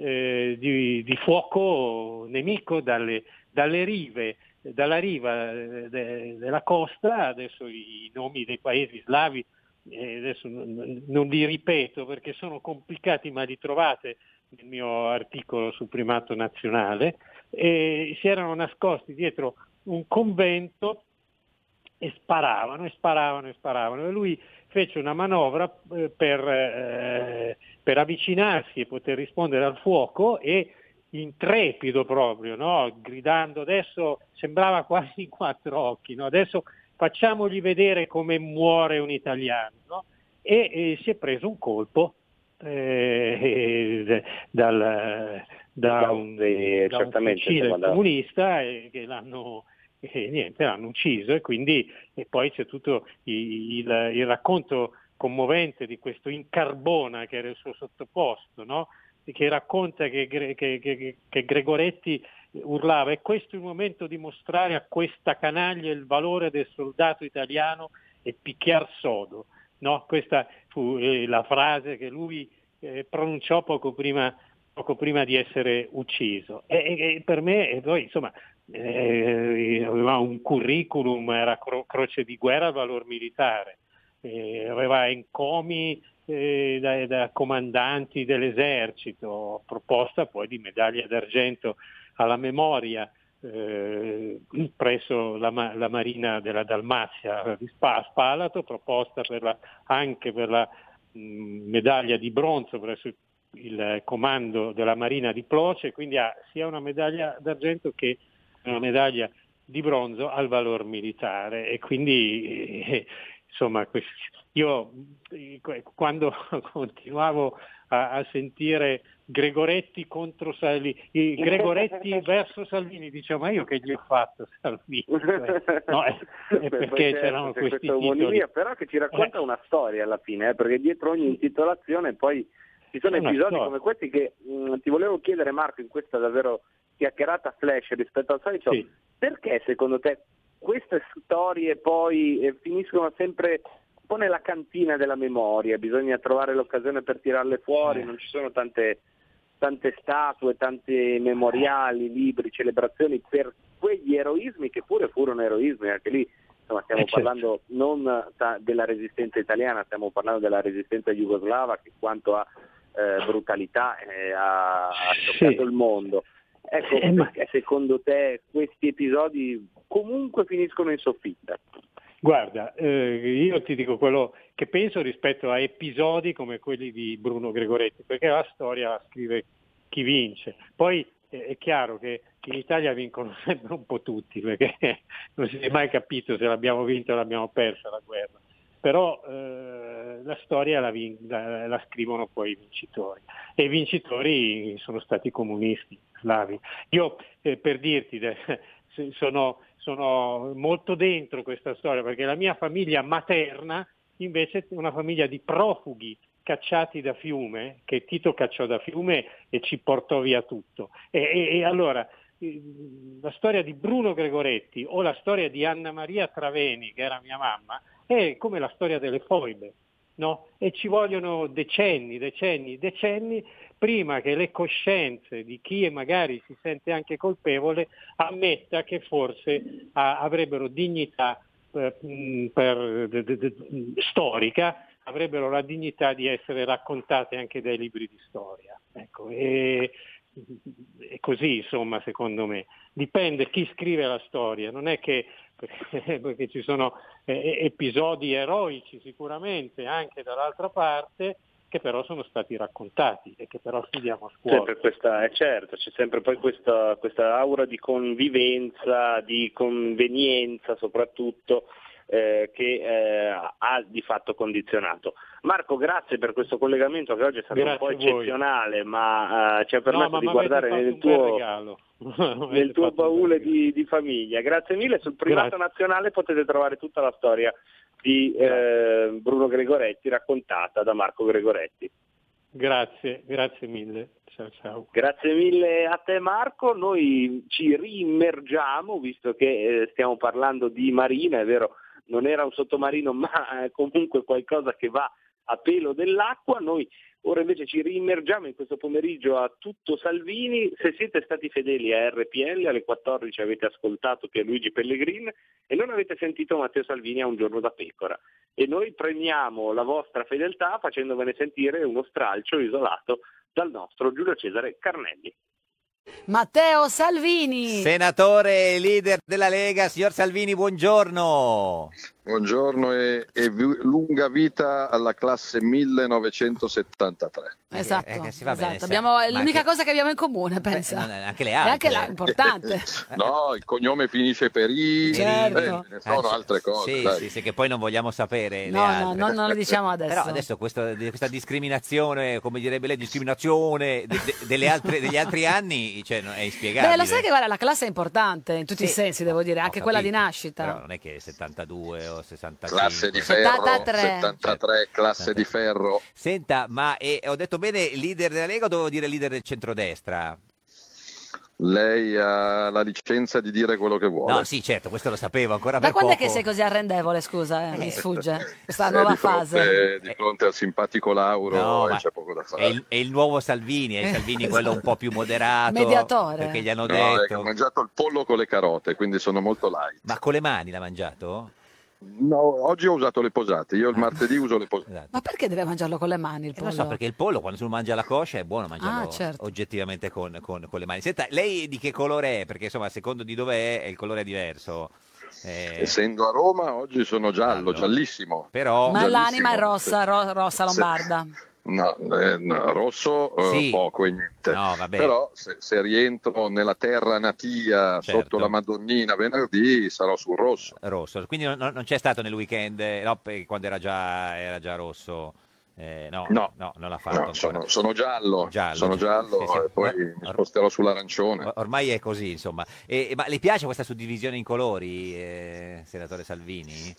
S26: fuoco nemico dalle rive, dalla riva della costa. Adesso i nomi dei paesi slavi adesso non li ripeto perché sono complicati, ma li trovate nel mio articolo sul primato nazionale. Si erano nascosti dietro un convento e sparavano. E lui fece una manovra per avvicinarsi e poter rispondere al fuoco, e intrepido proprio, no? Gridando, adesso sembrava quasi in 4 occhi, no? Adesso facciamogli vedere come muore un italiano, no? E si è preso un colpo da un fucile comunista che l'hanno ucciso, e quindi poi c'è tutto il racconto commovente di questo Incarbona, che era il suo sottoposto, no? Che racconta che Gregoretti urlava: è questo il momento di mostrare a questa canaglia il valore del soldato italiano e picchiar sodo, no? Questa fu la frase che lui pronunciò poco prima di essere ucciso, e per me poi insomma aveva un curriculum, era croce di guerra a valor militare, aveva encomi da comandanti dell'esercito, proposta poi di medaglia d'argento alla memoria presso la Marina della Dalmazia di Spalato, proposta anche per la medaglia di bronzo presso il comando della Marina di Ploce, quindi ha sia una medaglia d'argento che una medaglia di bronzo al valor militare. E quindi insomma io quando continuavo a sentire Gregoretti contro Salvini, Gregoretti verso Salvini, dicevo: ma io che gli ho fatto Salvini? No, è perché c'erano questi titoli,
S4: però che ci racconta una storia alla fine, perché dietro ogni intitolazione poi ci sono episodi come questi che ti volevo chiedere, Marco, in questa davvero chiacchierata flash rispetto al solito, sì. Perché secondo te queste storie poi finiscono sempre un po' nella cantina della memoria? Bisogna trovare l'occasione per tirarle fuori, non ci sono tante statue, tanti memoriali, libri, celebrazioni per quegli eroismi che pure furono eroismi, anche lì insomma stiamo parlando non della resistenza italiana, stiamo parlando della resistenza jugoslava, che quanto a brutalità ha toccato il mondo. Ecco, perché secondo te questi episodi comunque finiscono in soffitta?
S26: Guarda, io ti dico quello che penso rispetto a episodi come quelli di Bruno Gregoretti, perché la storia la scrive chi vince. Poi è chiaro che in Italia vincono sempre un po' tutti, perché non si è mai capito se l'abbiamo vinta o l'abbiamo persa la guerra. Però la la storia la scrivono poi i vincitori, e i vincitori sono stati comunisti slavi. Io per dirti sono molto dentro questa storia, perché la mia famiglia materna invece è una famiglia di profughi cacciati da Fiume, che Tito cacciò da Fiume e ci portò via tutto. E allora la storia di Bruno Gregoretti o la storia di Anna Maria Traveni, che era mia mamma, è come la storia delle foibe, no? E ci vogliono decenni prima che le coscienze di chi magari si sente anche colpevole ammetta che forse avrebbero dignità storica, avrebbero la dignità di essere raccontate anche dai libri di storia. Ecco, e così, insomma, secondo me dipende chi scrive la storia, non è che perché ci sono episodi eroici sicuramente anche dall'altra parte, che però sono stati raccontati e che però studiamo a scuola.
S4: Certo, c'è sempre poi questa aura di convivenza, di convenienza soprattutto, che ha di fatto condizionato. Marco, grazie per questo collegamento che oggi è stato un po' eccezionale, ma ci ha permesso di guardare nel tuo baule di famiglia. Grazie mille. Sul Privato Nazionale potete trovare tutta la storia di Bruno Gregoretti raccontata da Marco Gregoretti.
S26: Grazie mille. Ciao.
S4: Grazie mille a te, Marco. Noi ci riimmergiamo, visto che stiamo parlando di marina, è vero, non era un sottomarino, ma comunque qualcosa che va a pelo dell'acqua. Noi ora invece ci riimmergiamo in questo pomeriggio a Tutto Salvini. Se siete stati fedeli a RPL, alle 14 avete ascoltato Pierluigi Pellegrin e non avete sentito Matteo Salvini a Un giorno da pecora. E noi premiamo la vostra fedeltà facendovene sentire uno stralcio isolato dal nostro Giulio Cesare Carnelli.
S1: Matteo Salvini,
S2: senatore leader della Lega. Signor Salvini, buongiorno.
S6: Buongiorno e lunga vita alla classe 1973.
S1: Esatto,
S2: va bene,
S1: è l'unica cosa che abbiamo in comune, pensa.
S2: Anche le altre.
S1: E anche là, importante.
S6: No, il cognome finisce per I,
S1: certo.
S6: Ne sono altre cose.
S2: Sì, che poi non vogliamo sapere.
S1: No, non lo diciamo adesso.
S2: Però adesso questa discriminazione, come direbbe lei, discriminazione degli altri anni, cioè, è inspiegabile.
S1: Beh, lo sai che guarda, la classe è importante in tutti i sensi, devo dire, anche quella di nascita.
S2: Però non è che 72 o 65.
S6: Classe di ferro, 73, classe di ferro.
S2: Senta, ma ho detto bene leader della Lega o dovevo dire leader del centrodestra?
S6: Lei ha la licenza di dire quello che vuole.
S2: No, sì, certo, questo lo sapevo ancora
S1: da
S2: per
S1: quando
S2: poco.
S1: è che sei così arrendevole, scusa, mi sfugge questa nuova fase.
S6: Di fronte al simpatico Lauro c'è poco da fare.
S2: È il nuovo Salvini, è il Salvini quello un po' più moderato.
S1: Mediatore.
S2: Perché gli hanno
S6: No,
S2: detto...
S6: ho mangiato il pollo con le carote, quindi sono molto light.
S2: Ma con le mani l'ha mangiato?
S6: No, oggi ho usato le posate, io il martedì uso le posate.
S1: Ma perché deve mangiarlo con le mani il pollo?
S2: Non so, perché il pollo quando si mangia la coscia è buono mangiarlo
S1: certo.
S2: oggettivamente con le mani. Senta, lei di che colore è? Perché insomma, a secondo di dove è il colore è diverso.
S6: Essendo a Roma oggi sono giallissimo.
S2: Però...
S1: Ma l'anima è rossa, rossa lombarda.
S6: No, rosso
S2: Sì.
S6: poco e niente.
S2: No, vabbè.
S6: Però se rientro nella terra natia sotto la Madonnina venerdì sarò sul rosso.
S2: Rosso, quindi non c'è stato nel weekend, no, quando era già rosso. No, non l'ha fatto.
S6: No, sono giallo, sono giallo
S2: sì.
S6: E poi mi sposterò sull'arancione.
S2: Ormai è così, insomma. Ma le piace questa suddivisione in colori, senatore Salvini?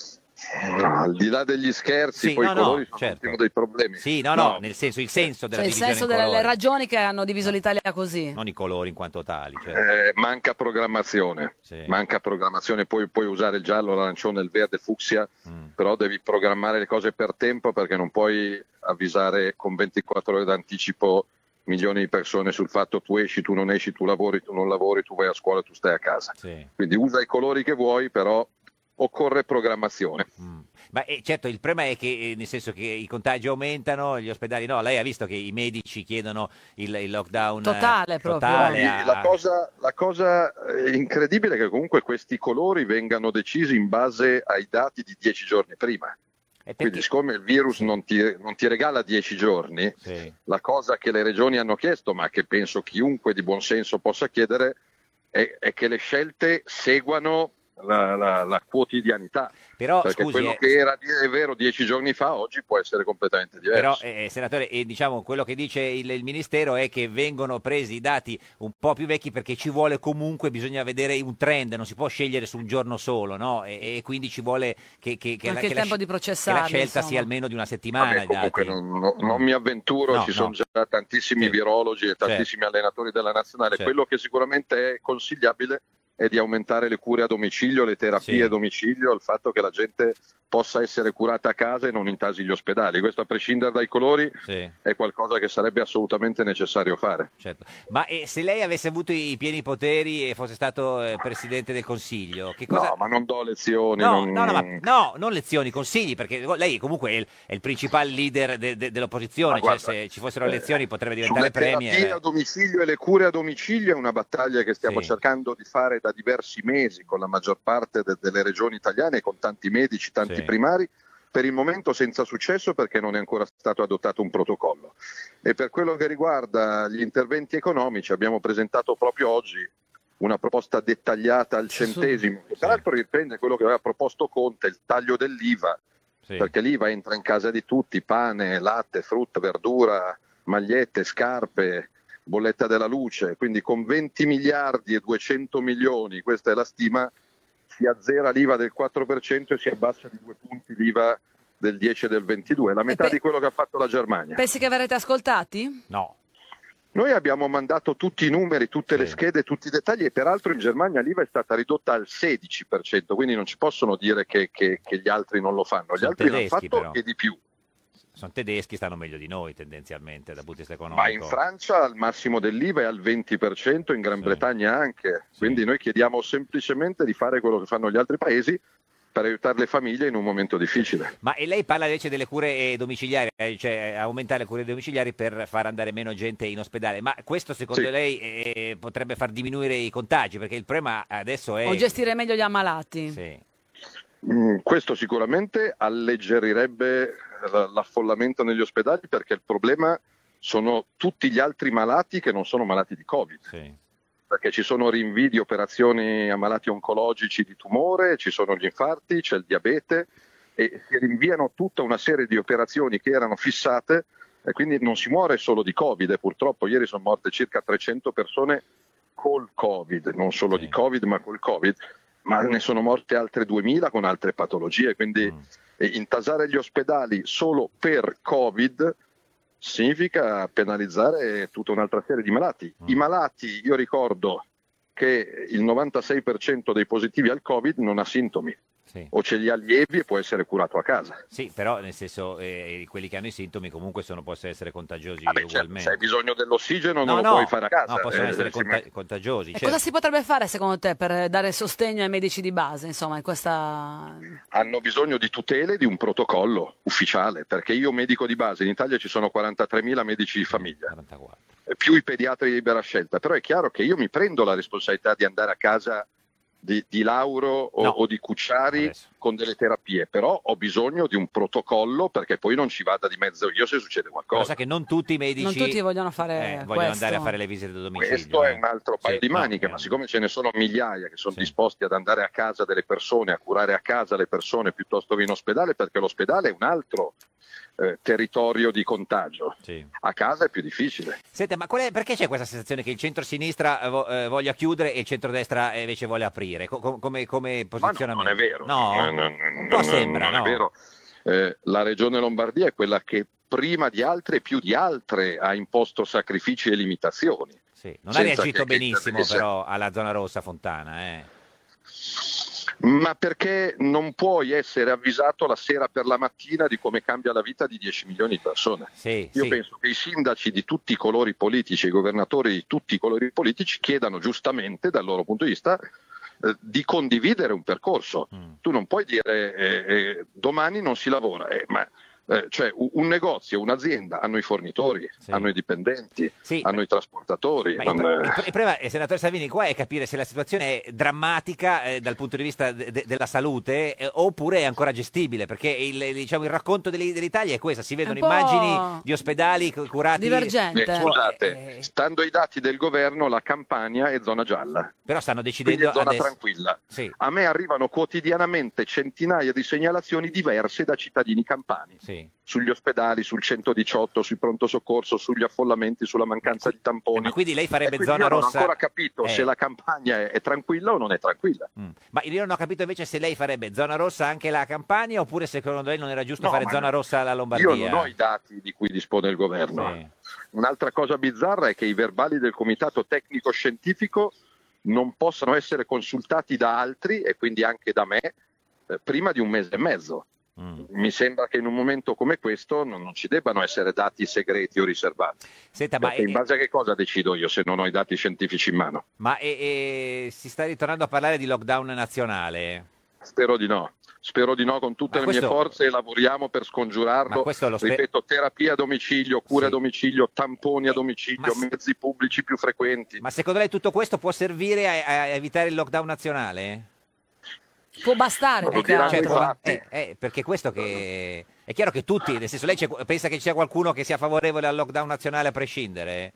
S6: No, al di là degli scherzi, poi i colori sono uno dei problemi.
S2: Sì, no, nel senso, il senso della divisione
S1: il senso
S2: in
S1: delle
S2: colori.
S1: ragioni che hanno diviso l'Italia così.
S2: Non i colori in quanto tali.
S6: Manca programmazione. Manca programmazione, poi puoi usare il giallo, l'arancione, il verde, fucsia, però devi programmare le cose per tempo perché non puoi avvisare con 24 ore d'anticipo milioni di persone sul fatto tu esci, tu non esci, tu lavori, tu non lavori, tu vai a scuola, tu stai a casa. Quindi usa i colori che vuoi, però occorre programmazione.
S2: Ma certo, il problema è che nel senso che i contagi aumentano, gli ospedali no. Lei ha visto che i medici chiedono il lockdown
S1: totale proprio.
S6: La cosa incredibile è che comunque questi colori vengano decisi in base ai dati di 10 giorni prima. Quindi siccome il virus non ti regala 10 giorni, la cosa che le regioni hanno chiesto, ma che penso chiunque di buon senso possa chiedere, è che le scelte seguano la quotidianità.
S2: Però,
S6: perché
S2: scusi,
S6: quello che era è vero 10 giorni fa oggi può essere completamente diverso.
S2: Però, senatore, diciamo quello che dice il Ministero è che vengono presi i dati un po' più vecchi perché ci vuole comunque, bisogna vedere un trend, non si può scegliere su un giorno solo, no? E quindi ci vuole che
S1: Anche il tempo di processarli,
S2: che la scelta
S1: insomma.
S2: sia almeno di una settimana.
S6: Vabbè, comunque non mi avventuro,
S2: No,
S6: ci sono
S2: no.
S6: già tantissimi virologi e tantissimi allenatori della nazionale.
S2: Certo.
S6: Quello che sicuramente è consigliabile è di aumentare le cure a domicilio, le terapie a domicilio, il fatto che la gente possa essere curata a casa e non intasi gli ospedali. Questo, a prescindere dai colori, è qualcosa che sarebbe assolutamente necessario fare.
S2: Certo. Ma se lei avesse avuto i pieni poteri e fosse stato Presidente del Consiglio, che cosa...
S6: No, ma non do lezioni.
S2: non lezioni, consigli, perché lei comunque è il principale leader dell'opposizione,
S6: Ma guarda,
S2: se ci fossero elezioni potrebbe diventare
S6: sulle terapie
S2: premier.
S6: a domicilio e le cure a domicilio è una battaglia che stiamo cercando di fare da diversi mesi con la maggior parte delle regioni italiane, con tanti medici, tanti primari, per il momento senza successo perché non è ancora stato adottato un protocollo. E per quello che riguarda gli interventi economici abbiamo presentato proprio oggi una proposta dettagliata al centesimo, che tra l'altro riprende quello che aveva proposto Conte, il taglio dell'IVA, perché l'IVA entra in casa di tutti, pane, latte, frutta, verdura, magliette, scarpe, bolletta della luce, quindi con 20 miliardi e 200 milioni, questa è la stima, si azzera l'IVA del 4% e si abbassa di 2 punti l'IVA del 10 e del 22, la metà di quello che ha fatto la Germania.
S1: Pensi che verrete ascoltati?
S2: No.
S6: Noi abbiamo mandato tutti i numeri, tutte le schede, tutti i dettagli e peraltro in Germania l'IVA è stata ridotta al 16%, quindi non ci possono dire che gli altri non lo fanno, gli altri l'hanno fatto
S2: però.
S6: e di più.
S2: Sono tedeschi, stanno meglio di noi tendenzialmente dal punto di vista economico.
S6: Ma in Francia il massimo dell'IVA è al 20%, in Gran Bretagna anche, quindi noi chiediamo semplicemente di fare quello che fanno gli altri paesi per aiutare le famiglie in un momento difficile.
S2: Ma e lei parla invece delle cure domiciliari, cioè aumentare le cure domiciliari per far andare meno gente in ospedale, ma questo secondo lei potrebbe far diminuire i contagi? Perché il problema adesso è...
S1: O gestire meglio gli ammalati?
S6: Questo sicuramente alleggerirebbe l'affollamento negli ospedali perché il problema sono tutti gli altri malati che non sono malati di Covid. Perché ci sono rinvii di operazioni a malati oncologici di tumore, ci sono gli infarti, c'è il diabete e si rinviano tutta una serie di operazioni che erano fissate e quindi non si muore solo di Covid e purtroppo ieri sono morte circa 300 persone col Covid, non solo di Covid ma col Covid, ma ne sono morte altre 2000 con altre patologie, quindi intasare gli ospedali solo per Covid significa penalizzare tutta un'altra serie di malati. I malati, io ricordo che il 96% dei positivi al Covid non ha sintomi. O ce li ha lievi e può essere curato a casa.
S2: Sì, però nel senso quelli che hanno i sintomi comunque possono essere contagiosi ugualmente.
S6: Certo, se hai bisogno dell'ossigeno non lo puoi fare a casa.
S2: No, possono essere contagiosi.
S1: E cosa si potrebbe fare secondo te per dare sostegno ai medici di base? Insomma, in questa...
S6: Hanno bisogno di tutele, di un protocollo ufficiale, perché io medico di base, in Italia ci sono 43.000 medici di famiglia,
S2: 44.
S6: Più i pediatri di libera scelta, però è chiaro che io mi prendo la responsabilità di andare a casa di Lauro o di Cucciari con delle terapie, però ho bisogno di un protocollo perché poi non ci vada di mezzo io se succede qualcosa.
S2: Cosa che non tutti i medici
S1: Non tutti vogliono fare
S2: vogliono
S1: questo.
S2: andare a fare le visite da domicilio.
S6: Questo è un altro paio di maniche, ma siccome ce ne sono migliaia che sono disposti ad andare a casa delle persone, a curare a casa le persone piuttosto che in ospedale, perché l'ospedale è un altro territorio di contagio. A casa è più difficile.
S2: Senta, ma perché c'è questa sensazione che il centro-sinistra voglia chiudere e il centro-destra invece vuole aprire? Come posizionamento?
S6: Ma non è vero.
S2: No?
S6: Un
S2: po' sembra,
S6: non è vero. La regione Lombardia è quella che prima di altre e più di altre ha imposto sacrifici e limitazioni.
S2: Non ha reagito benissimo però alla zona rossa Fontana.
S6: Ma perché non puoi essere avvisato la sera per la mattina di come cambia la vita di 10 milioni di persone? Io penso che i sindaci di tutti i colori politici, i governatori di tutti i colori politici chiedano giustamente dal loro punto di vista di condividere un percorso. Tu non puoi dire domani non si lavora, ma Cioè un negozio, un'azienda hanno i fornitori, hanno i dipendenti, hanno i trasportatori.
S2: Ma il problema, senatore Salvini, qua è capire se la situazione è drammatica dal punto di vista della salute oppure è ancora gestibile, perché il racconto dell'Italia è questo, si vedono immagini di ospedali curati.
S1: Divergente.
S6: Scusate, stando ai dati del governo la Campania è zona gialla.
S2: Però stanno decidendo
S6: quindi è zona
S2: adesso.
S6: tranquilla.
S2: Sì.
S6: A me arrivano quotidianamente centinaia di segnalazioni diverse da cittadini campani. Sugli ospedali, sul 118, sui pronto soccorso, sugli affollamenti, sulla mancanza di tamponi.
S2: Ma quindi lei farebbe
S6: quindi
S2: zona
S6: io non
S2: rossa?
S6: ho ancora capito se la Campania è tranquilla o non è tranquilla.
S2: Ma io non ho capito invece se lei farebbe zona rossa anche la Campania oppure secondo lei non era giusto
S6: No,
S2: fare
S6: ma
S2: zona rossa alla Lombardia?
S6: Io non ho i dati di cui dispone il governo. Un'altra cosa bizzarra è che i verbali del comitato tecnico scientifico non possano essere consultati da altri e quindi anche da me prima di un mese e mezzo. Mi sembra che in un momento come questo non ci debbano essere dati segreti o riservati.
S2: Senta,
S6: perché in base a che cosa decido io se non ho i dati scientifici in mano?
S2: Ma si sta ritornando a parlare di lockdown nazionale?
S6: Spero di no. Spero di no con tutte le mie forze e lavoriamo per scongiurarlo. Ripeto, terapia a domicilio, cure a domicilio, tamponi a domicilio, mezzi pubblici più frequenti.
S2: Ma secondo lei tutto questo può servire a evitare il lockdown nazionale?
S1: Può bastare,
S2: perché questo che è chiaro che tutti, nel senso, lei pensa che ci sia qualcuno che sia favorevole al lockdown nazionale a prescindere?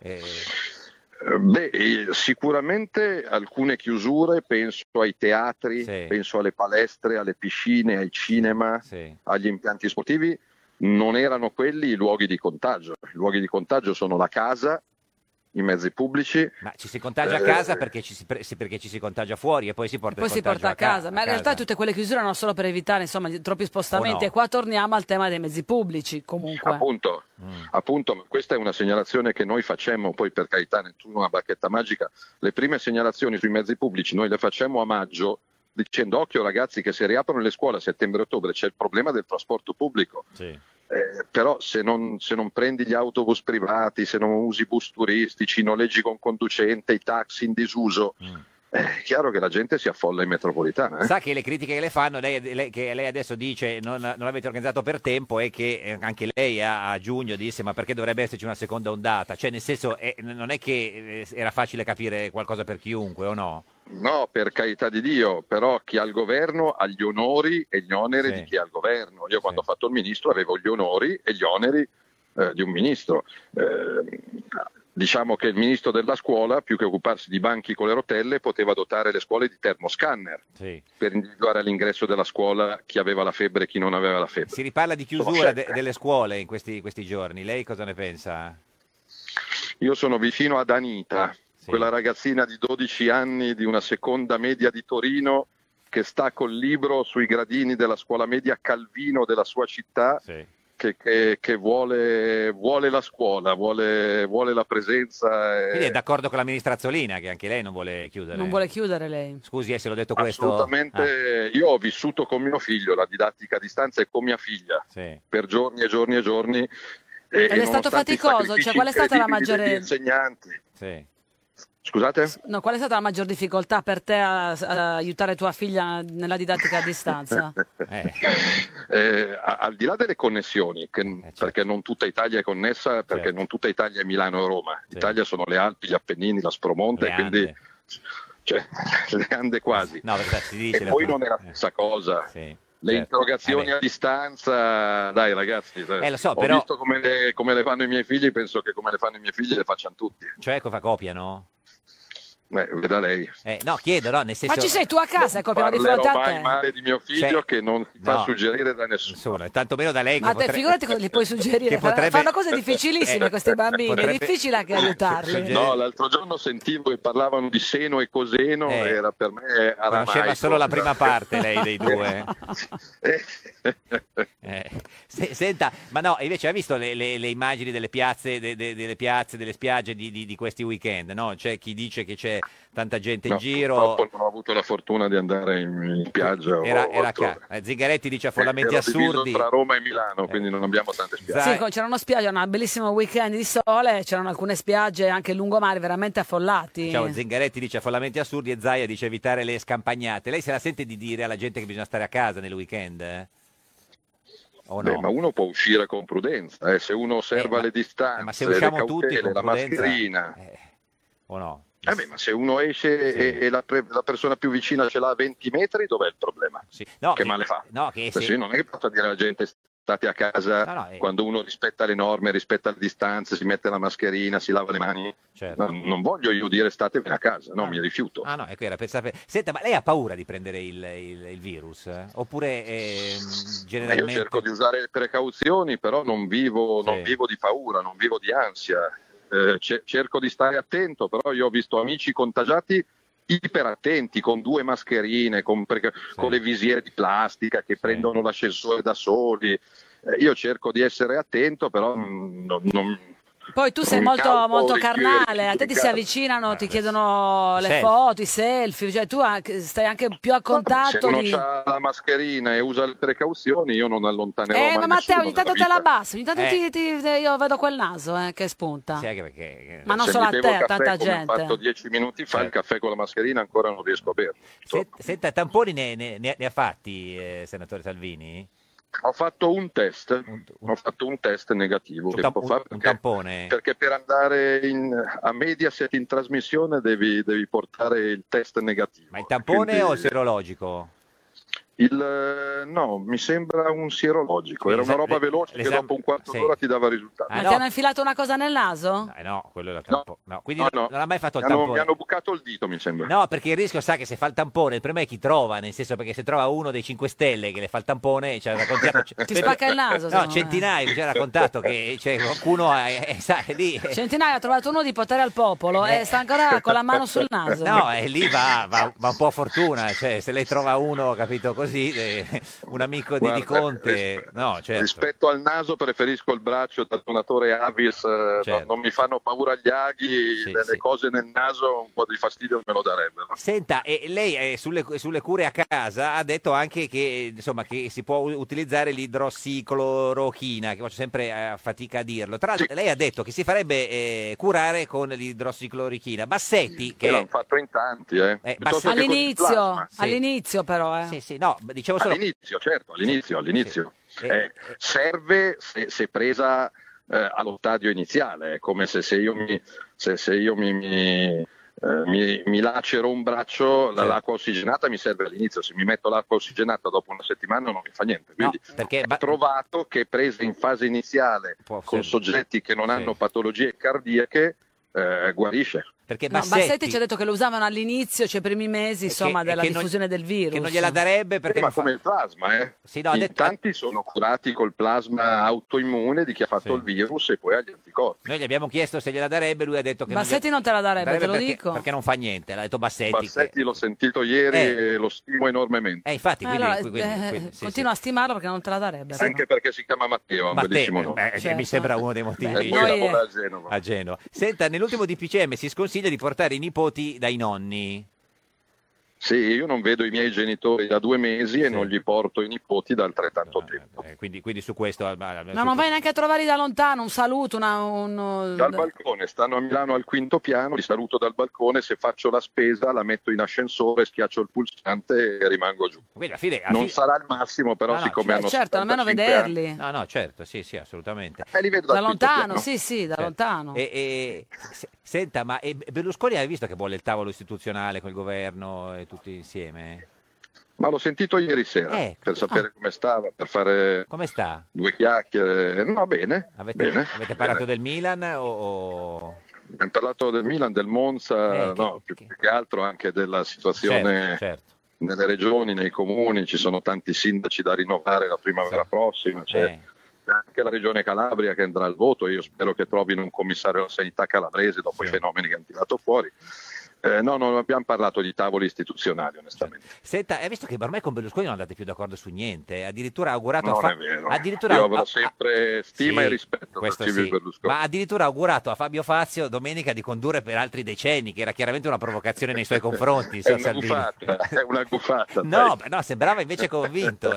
S6: Sicuramente alcune chiusure, penso ai teatri, penso alle palestre, alle piscine, ai cinema, agli impianti sportivi, non erano quelli i luoghi di contagio. I luoghi di contagio sono la casa, i mezzi pubblici.
S2: Ma ci si contagia a casa perché ci si contagia fuori e poi si porta il contagio
S1: a casa. Ma in realtà tutte quelle chiusure erano solo per evitare troppi spostamenti e qua torniamo al tema dei mezzi pubblici comunque.
S6: Appunto, ma questa è una segnalazione che noi facemmo, poi per carità nessuno ha una bacchetta magica, le prime segnalazioni sui mezzi pubblici noi le facemmo a maggio dicendo occhio ragazzi che se riaprono le scuole a settembre-ottobre c'è il problema del trasporto pubblico. Però se non prendi gli autobus privati, se non usi bus turistici, noleggi con conducente, i taxi in disuso, è chiaro che la gente si affolla in metropolitana.
S2: Sa che le critiche che le fanno, che lei adesso dice non avete organizzato per tempo e che anche lei a giugno disse ma perché dovrebbe esserci una seconda ondata? Cioè nel senso non è che era facile capire qualcosa per chiunque o no?
S6: No, per carità di Dio, però chi ha il governo ha gli onori e gli oneri di chi ha il governo. Io quando ho fatto il ministro avevo gli onori e gli oneri di un ministro. Diciamo che il ministro della scuola, più che occuparsi di banchi con le rotelle, poteva dotare le scuole di termoscanner per individuare all'ingresso della scuola chi aveva la febbre e chi non aveva la febbre.
S2: Si riparla di chiusura delle scuole in questi giorni. Lei cosa ne pensa?
S6: Io sono vicino ad Anita, quella ragazzina di 12 anni di una seconda media di Torino che sta col libro sui gradini della scuola media Calvino della sua città, che vuole la scuola, vuole la presenza.
S2: Quindi è d'accordo con la ministra Azzolina che anche lei non vuole chiudere?
S1: Non vuole chiudere lei?
S2: Scusi se l'ho detto questo.
S6: Assolutamente, io ho vissuto con mio figlio la didattica a distanza e con mia figlia per giorni e giorni e giorni.
S1: Ed è stato faticoso? Cioè, qual è stata la maggiore...
S6: insegnanti. Scusate?
S1: No, qual è stata la maggior difficoltà per te a aiutare tua figlia nella didattica a distanza?
S6: Al di là delle connessioni, perché non tutta Italia è connessa, perché non tutta Italia è Milano e Roma. L'Italia sono le Alpi, gli Appennini, l'Aspromonte, quindi le Ande quasi.
S2: No, si dice
S6: e poi non è la stessa cosa. Le interrogazioni a distanza, dai ragazzi,
S2: lo so,
S6: ho
S2: però...
S6: visto come le fanno i miei figli, penso che come le fanno i miei figli le facciano tutti.
S2: Cioè cosa copiano?
S6: Veda lei.
S2: No, chiedo, no, nel senso...
S1: Ma ci sei tu a casa e copiano di fronte a te?
S6: Non parlerò mai male di mio figlio che non si fa suggerire da nessuno.
S2: Tantomeno da lei.
S1: Ma te figurati cosa gli puoi suggerire. Fanno cose difficilissime questi bambini, è difficile anche aiutarli.
S6: No, l'altro giorno sentivo che parlavano di seno e coseno, era per me aramaico.
S2: Conosceva solo la prima parte lei dei due. Senta, ma no, invece ha visto le immagini delle piazze, delle spiagge di questi weekend, no? C'è chi dice che c'è tanta gente in giro.
S6: Purtroppo non ho avuto la fortuna di andare in spiaggia.
S2: Era Zingaretti dice affollamenti assurdi.
S6: Tra Roma e Milano, quindi non abbiamo tante spiagge.
S1: Sì, c'era una spiaggia, un bellissimo weekend di sole, c'erano alcune spiagge anche lungomare veramente affollati.
S2: Zingaretti dice affollamenti assurdi e Zaia dice evitare le scampagnate. Lei se la sente di dire alla gente che bisogna stare a casa nel weekend? o no?
S6: Ma uno può uscire con prudenza, se uno osserva le distanze,
S2: ma se usciamo
S6: le
S2: tutti
S6: cautele,
S2: con
S6: la
S2: prudenza,
S6: mascherina.
S2: O no?
S6: Ma se uno esce e la persona più vicina ce l'ha a 20 metri, dov'è il problema?
S2: No,
S6: che male fa?
S2: No, che
S6: Sì, non è che posso dire alla gente state a casa quando uno rispetta le norme, rispetta le distanze, si mette la mascherina, si lava le mani.
S2: Certo.
S6: Non voglio io dire statevene a casa, no, mi rifiuto.
S2: Ah no, ecco, era pensare. Senta, ma lei ha paura di prendere il virus? Oppure generalmente...
S6: Io cerco di usare le precauzioni, però non vivo di paura, non vivo di ansia. Cerco di stare attento, però io ho visto amici contagiati iperattenti, con 2 mascherine, con le visiere di plastica che prendono l'ascensore da soli. Io cerco di essere attento, però
S1: Poi tu sei molto carnale, a te ti si avvicinano, ti chiedono le foto, i selfie, cioè tu stai anche più a contatto.
S6: Se uno ha la mascherina e usa le precauzioni, io non allontanerò mai
S1: ma Matteo,
S6: nessuno
S1: ogni tanto
S6: dalla
S1: te la
S6: vita.
S1: abbassi, ogni tanto io vedo quel naso che spunta.
S2: Sì, anche perché...
S1: Ma non
S6: Se
S1: solo
S6: mi
S1: a
S6: bevo
S1: te,
S6: il
S1: a
S6: caffè
S1: tanta
S6: come
S1: gente.
S6: ho fatto 10 minuti fa, il caffè con la mascherina ancora non riesco a berlo.
S2: Senta, tamponi ne ha fatti, senatore Salvini?
S6: Ho fatto un test, negativo.
S2: Un tampone?
S6: Perché per andare a Mediaset in trasmissione devi portare il test negativo.
S2: Ma il tampone o il serologico?
S6: No, mi sembra un sierologico, era una roba veloce che dopo un quarto d'ora ti dava risultato.
S1: Ma ti hanno infilato una cosa nel naso?
S2: No, quello era il tampone. No, quindi non ha mai fatto il
S6: Mi
S2: tampone.
S6: hanno bucato il dito, mi sembra.
S2: No, perché il rischio sa che se fa il tampone, il problema è chi trova, nel senso perché se trova uno dei 5 Stelle che le fa il tampone, ci ha raccontato...
S1: Ti spacca il naso.
S2: No, Centinaio ci ha raccontato che qualcuno è lì...
S1: Centinaio ha trovato uno di potere al popolo e sta ancora con la mano sul naso.
S2: No, e lì va un po' a fortuna, cioè se lei trova uno, capito, così... un amico di Conte, no, certo.
S6: Rispetto al naso preferisco il braccio da donatore Avis, non mi fanno paura gli aghi, le cose nel naso un po' di fastidio me lo darebbero.
S2: Senta, e lei sulle cure a casa ha detto anche che insomma che si può utilizzare l'idrossiclorochina, che faccio sempre fatica a dirlo. Tra l'altro lei ha detto che si farebbe curare con l'idrossiclorochina. Bassetti, che
S6: l'hanno fatto in tanti,
S1: all'inizio però.
S2: Sì, no, dicevo solo...
S6: All'inizio. Serve se presa allo stadio iniziale, è come se io mi lacero un braccio, l'acqua ossigenata mi serve all'inizio, se mi metto l'acqua ossigenata dopo una settimana non mi fa niente. Quindi ho trovato che presa in fase iniziale con soggetti che non hanno patologie cardiache guarisce.
S2: Perché
S1: Bassetti ci ha detto che lo usavano all'inizio, cioè i primi mesi insomma, della diffusione del virus.
S2: Che non gliela darebbe perché...
S6: ma come il plasma,
S2: Sì, no,
S6: tanti sono curati col plasma autoimmune di chi ha fatto il virus e poi ha gli anticorpi.
S2: Noi gli abbiamo chiesto se gliela darebbe, lui ha detto che
S1: Bassetti non te la darebbe, te lo dico.
S2: Perché non fa niente, l'ha detto Bassetti.
S6: Bassetti l'ho sentito ieri e lo stimo enormemente.
S2: Infatti,
S1: continua a stimarlo perché non te la darebbe.
S6: Anche perché si chiama Matteo, un bellissimo nome.
S2: Mi sembra uno dei motivi.
S6: A
S2: Genova. Senta, nell'ultimo DPCM si sconsiglia di portare i nipoti dai nonni.
S6: Sì, io non vedo i miei genitori da 2 mesi e non gli porto i nipoti da altrettanto tempo.
S2: Quindi su questo...
S1: non vai neanche a trovarli da lontano, un saluto,
S6: Dal balcone, stanno a Milano al 5° piano, li saluto dal balcone, se faccio la spesa la metto in ascensore, schiaccio il pulsante e rimango giù. Non sarà il massimo, però siccome hanno
S1: certo, almeno vederli.
S2: No, certo, sì, assolutamente.
S6: Li vedo
S1: da lontano, sì, da lontano.
S2: Senta, ma Berlusconi ha visto che vuole il tavolo istituzionale col governo e tutti insieme?
S6: Ma l'ho sentito ieri sera per sapere come stava, per fare
S2: come sta?
S6: 2 chiacchiere. No, bene.
S2: Avete parlato del Milan o...
S6: Abbiamo parlato del Milan, del Monza, più che altro anche della situazione nelle regioni, nei comuni. Ci sono tanti sindaci da rinnovare la primavera prossima. C'è anche la regione Calabria che andrà al voto. Io spero che trovino un commissario alla sanità calabrese dopo i fenomeni che hanno tirato fuori. No, non abbiamo parlato di tavoli istituzionali, onestamente.
S2: Senta, hai visto che ormai con Berlusconi non andate più d'accordo su niente? Addirittura ha augurato...
S6: Non è vero. Io avrò sempre stima e rispetto per Silvio Berlusconi.
S2: Ma addirittura ha augurato a Fabio Fazio domenica di condurre per altri decenni, che era chiaramente una provocazione nei suoi confronti.
S6: È una gufata.
S2: No, sembrava invece convinto.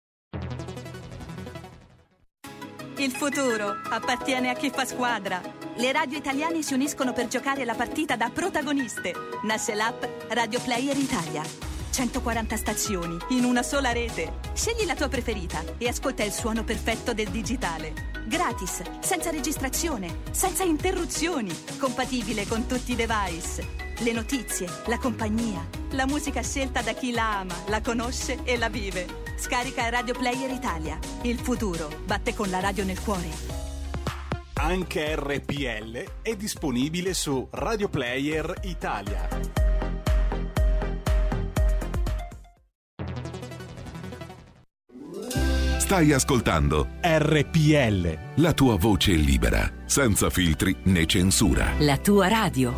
S3: Il futuro appartiene a chi fa squadra. Le radio italiane si uniscono per giocare la partita da protagoniste. Nasce l'app Radio Player Italia. 140 stazioni in una sola rete. Scegli la tua preferita e ascolta il suono perfetto del digitale. Gratis, senza registrazione, senza interruzioni, compatibile con tutti i device. Le notizie, la compagnia, la musica scelta da chi la ama, la conosce e la vive. Scarica Radio Player Italia. Il futuro batte con la radio nel cuore.
S20: Anche RPL è disponibile su Radio Player Italia.
S5: Stai ascoltando
S20: RPL,
S5: la tua voce libera, senza filtri né censura.
S7: La tua radio.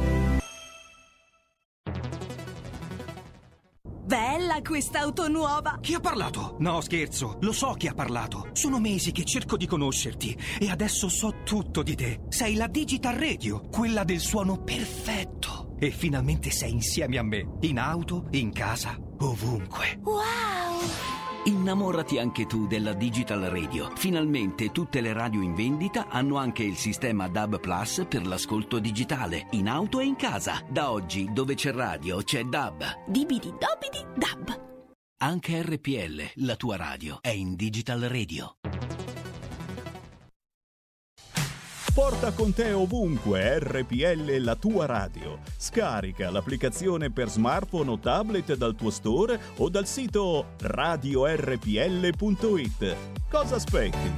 S3: Bella quest'auto nuova!
S8: Chi ha parlato? No, scherzo, lo so chi ha parlato. Sono mesi che cerco di conoscerti e adesso so tutto di te. Sei la Digital Radio, quella del suono perfetto. E finalmente sei insieme a me, in auto, in casa, ovunque.
S3: Wow!
S14: Innamorati anche tu della Digital Radio. Finalmente tutte le radio in vendita hanno anche il sistema DAB Plus per l'ascolto digitale, in auto e in casa. Da oggi, dove c'è radio, c'è DAB.
S3: Dibidi dobidi dab.
S14: Anche RPL, la tua radio, è in Digital Radio.
S11: Porta con te ovunque RPL, la tua radio. Scarica l'applicazione per smartphone o tablet dal tuo store o dal sito radiorpl.it. Cosa aspetti?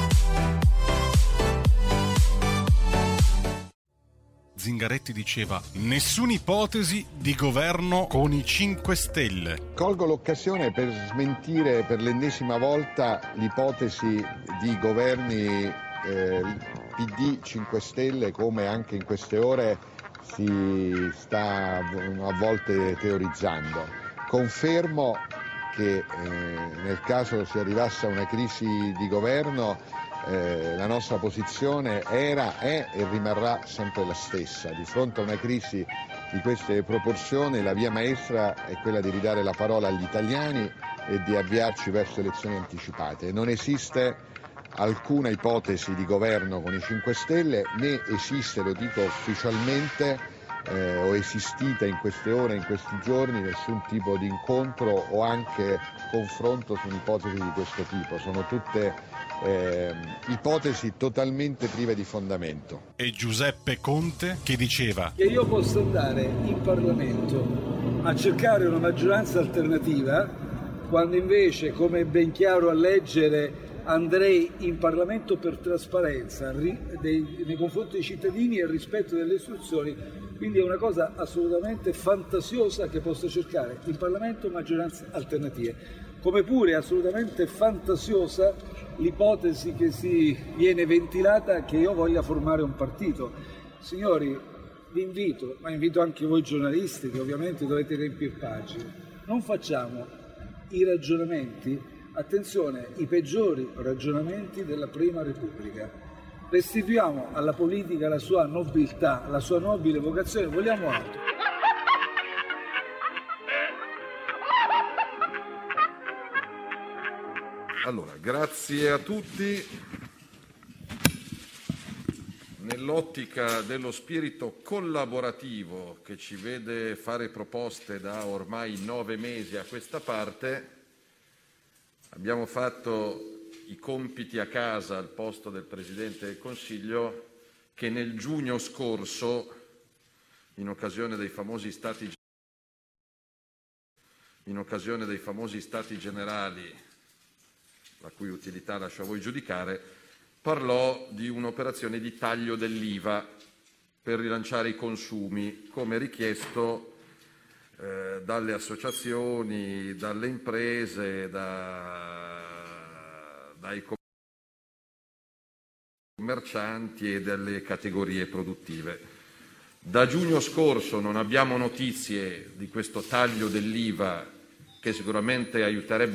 S20: Zingaretti diceva: nessuna ipotesi di governo con i 5 Stelle.
S9: Colgo l'occasione per smentire per l'ennesima volta l'ipotesi di governi PD 5 Stelle, come anche in queste ore si sta a volte teorizzando. Confermo che nel caso si arrivasse a una crisi di governo la nostra posizione era, è e rimarrà sempre la stessa. Di fronte a una crisi di queste proporzioni la via maestra è quella di ridare la parola agli italiani e di avviarci verso elezioni anticipate. Non esiste alcuna ipotesi di governo con i 5 Stelle, né esiste, lo dico ufficialmente, o esistita in queste ore, in questi giorni, nessun tipo di incontro o anche confronto su un'ipotesi di questo tipo. Sono tutte ipotesi totalmente prive di fondamento.
S20: E Giuseppe Conte che diceva
S10: che io posso andare in Parlamento a cercare una maggioranza alternativa, quando invece, come è ben chiaro a leggere, andrei in Parlamento per trasparenza nei confronti dei cittadini e rispetto delle istituzioni. Quindi è una cosa assolutamente fantasiosa che posso cercare in Parlamento maggioranze alternative. Come pure è assolutamente fantasiosa l'ipotesi che si viene ventilata che io voglia formare un partito. Signori, vi invito, ma invito anche voi giornalisti che ovviamente dovete riempire pagine, non facciamo i ragionamenti, attenzione, i peggiori ragionamenti della Prima Repubblica. Restituiamo alla politica la sua nobiltà, la sua nobile vocazione, vogliamo altro.
S6: Allora, grazie a tutti. Nell'ottica dello spirito collaborativo che ci vede fare proposte da ormai 9 mesi a questa parte, abbiamo fatto i compiti a casa al posto del Presidente del Consiglio, che nel giugno scorso, in occasione dei famosi Stati Generali, la cui utilità lascio a voi giudicare, parlò di un'operazione di taglio dell'IVA per rilanciare i consumi, come richiesto dalle associazioni, dalle imprese, dai commercianti e dalle categorie produttive. Da giugno scorso non abbiamo notizie di questo taglio dell'IVA, che sicuramente aiuterebbe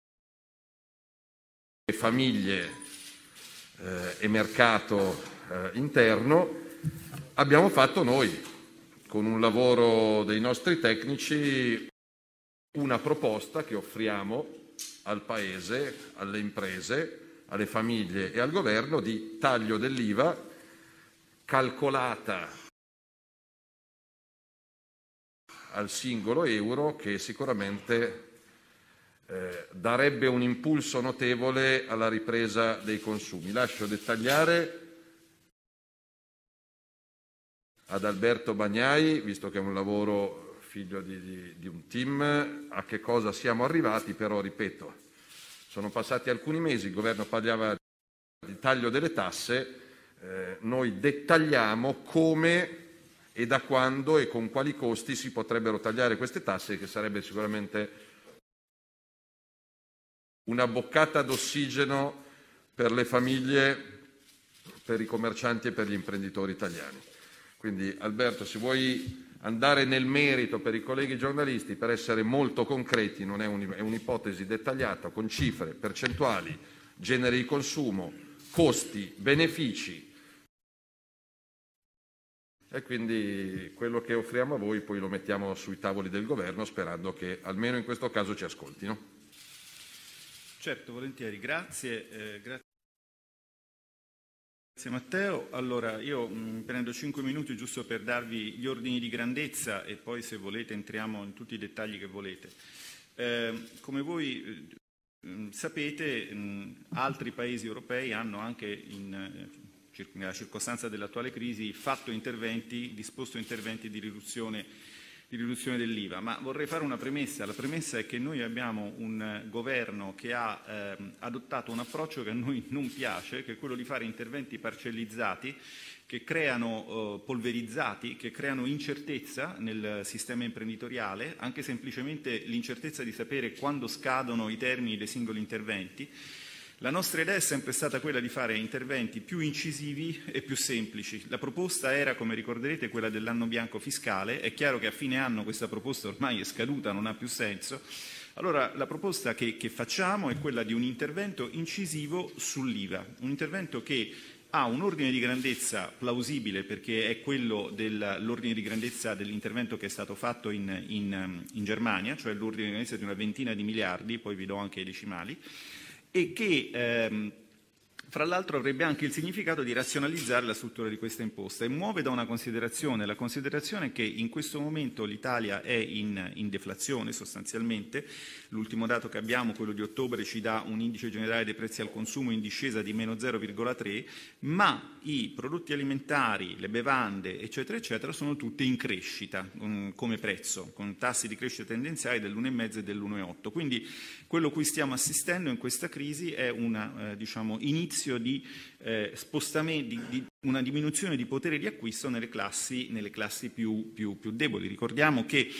S6: famiglie e mercato interno. Abbiamo fatto noi, con un lavoro dei nostri tecnici, una proposta che offriamo al Paese, alle imprese, alle famiglie e al Governo di taglio dell'IVA calcolata al singolo euro, che sicuramente darebbe un impulso notevole alla ripresa dei consumi. Lascio dettagliare ad Alberto Bagnai, visto che è un lavoro figlio di un team, a che cosa siamo arrivati, però ripeto, sono passati alcuni mesi, il governo parlava di taglio delle tasse, noi dettagliamo come e da quando e con quali costi si potrebbero tagliare queste tasse, che sarebbe sicuramente una boccata d'ossigeno per le famiglie, per i commercianti e per gli imprenditori italiani. Quindi Alberto, se vuoi andare nel merito per i colleghi giornalisti, per essere molto concreti, non è è un'ipotesi dettagliata con cifre, percentuali, genere di consumo, costi, benefici. E quindi quello che offriamo a voi poi lo mettiamo sui tavoli del governo, sperando che almeno in questo caso ci ascoltino.
S7: Certo, volentieri, grazie. Grazie Matteo. Allora, io prendo 5 minuti giusto per darvi gli ordini di grandezza e poi, se volete, entriamo in tutti i dettagli che volete. Come voi sapete, altri paesi europei hanno anche nella circostanza dell'attuale crisi disposto interventi di riduzione dell'IVA, ma vorrei fare una premessa. La premessa è che noi abbiamo un governo che ha adottato un approccio che a noi non piace, che è quello di fare interventi parcellizzati, che creano polverizzati, che creano incertezza nel sistema imprenditoriale, anche semplicemente l'incertezza di sapere quando scadono i termini dei singoli interventi. La nostra idea è sempre stata quella di fare interventi più incisivi e più semplici. La proposta era, come ricorderete, quella dell'anno bianco fiscale. È chiaro che a fine anno questa proposta ormai è scaduta, non ha più senso. Allora, la proposta che facciamo è quella di un intervento incisivo sull'IVA, un intervento che ha un ordine di grandezza plausibile, perché è quello dell'ordine di grandezza dell'intervento che è stato fatto in Germania, cioè l'ordine di grandezza di una ventina di miliardi, poi vi do anche i decimali, e che fra l'altro avrebbe anche il significato di razionalizzare la struttura di questa imposta, e muove da una considerazione. La considerazione è che in questo momento l'Italia è in deflazione sostanzialmente. L'ultimo dato che abbiamo, quello di ottobre, ci dà un indice generale dei prezzi al consumo in discesa di meno 0,3, ma i prodotti alimentari, le bevande, eccetera, eccetera, sono tutte in crescita come prezzo, con tassi di crescita tendenziali dell'1,5 e dell'1,8. Quindi quello a cui stiamo assistendo in questa crisi è un inizio di spostamenti, di una diminuzione di potere di acquisto nelle classi più deboli. Ricordiamo che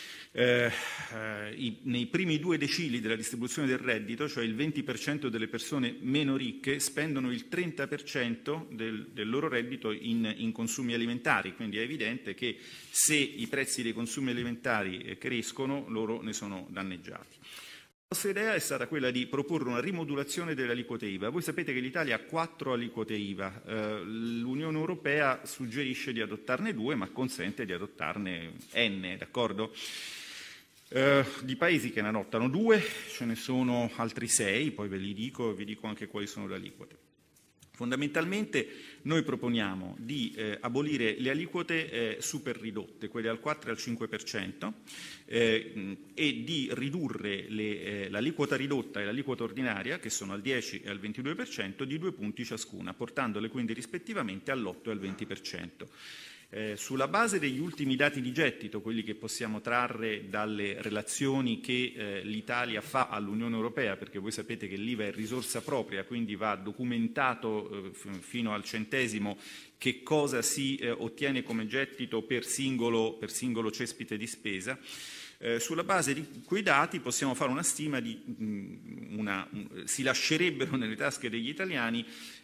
S7: nei primi 2 decili della distribuzione del reddito, cioè il 20% delle persone meno ricche, spendono il 30% del loro reddito in consumi alimentari, quindi è evidente che se i prezzi dei consumi alimentari crescono, loro ne sono danneggiati. La nostra idea è stata quella di proporre una rimodulazione delle aliquote IVA. Voi sapete che l'Italia ha 4 aliquote IVA, l'Unione Europea suggerisce di adottarne 2, ma consente di adottarne N, d'accordo? Di paesi che ne adottano 2, ce ne sono altri 6, poi ve li dico e vi dico anche quali sono le aliquote. Fondamentalmente noi proponiamo di abolire le aliquote super ridotte, quelle al 4 e al 5%, e di ridurre l'aliquota ridotta e l'aliquota ordinaria, che sono al 10 e al 22%, di 2 punti ciascuna, portandole quindi rispettivamente all'8 e al 20%. Sulla base degli ultimi dati di gettito, quelli che possiamo trarre dalle relazioni che l'Italia fa all'Unione Europea, perché voi sapete che l'IVA è risorsa propria, quindi va documentato fino al centesimo che cosa si ottiene come gettito per singolo cespite di spesa. Sulla base di quei dati possiamo fare una stima si lascerebbero nelle tasche degli italiani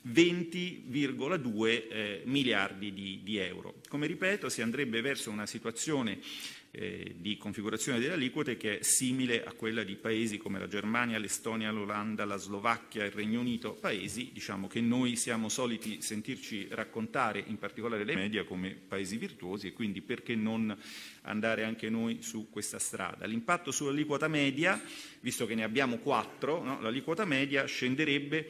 S7: 20,2 miliardi di euro. Come ripeto, si andrebbe verso una situazione di configurazione delle aliquote che è simile a quella di paesi come la Germania, l'Estonia, l'Olanda, la Slovacchia, il Regno Unito, paesi che noi siamo soliti sentirci raccontare, in particolare le media, come paesi virtuosi, e quindi perché non andare anche noi su questa strada. L'impatto sull'aliquota media, visto che ne abbiamo 4, no? L'aliquota media scenderebbe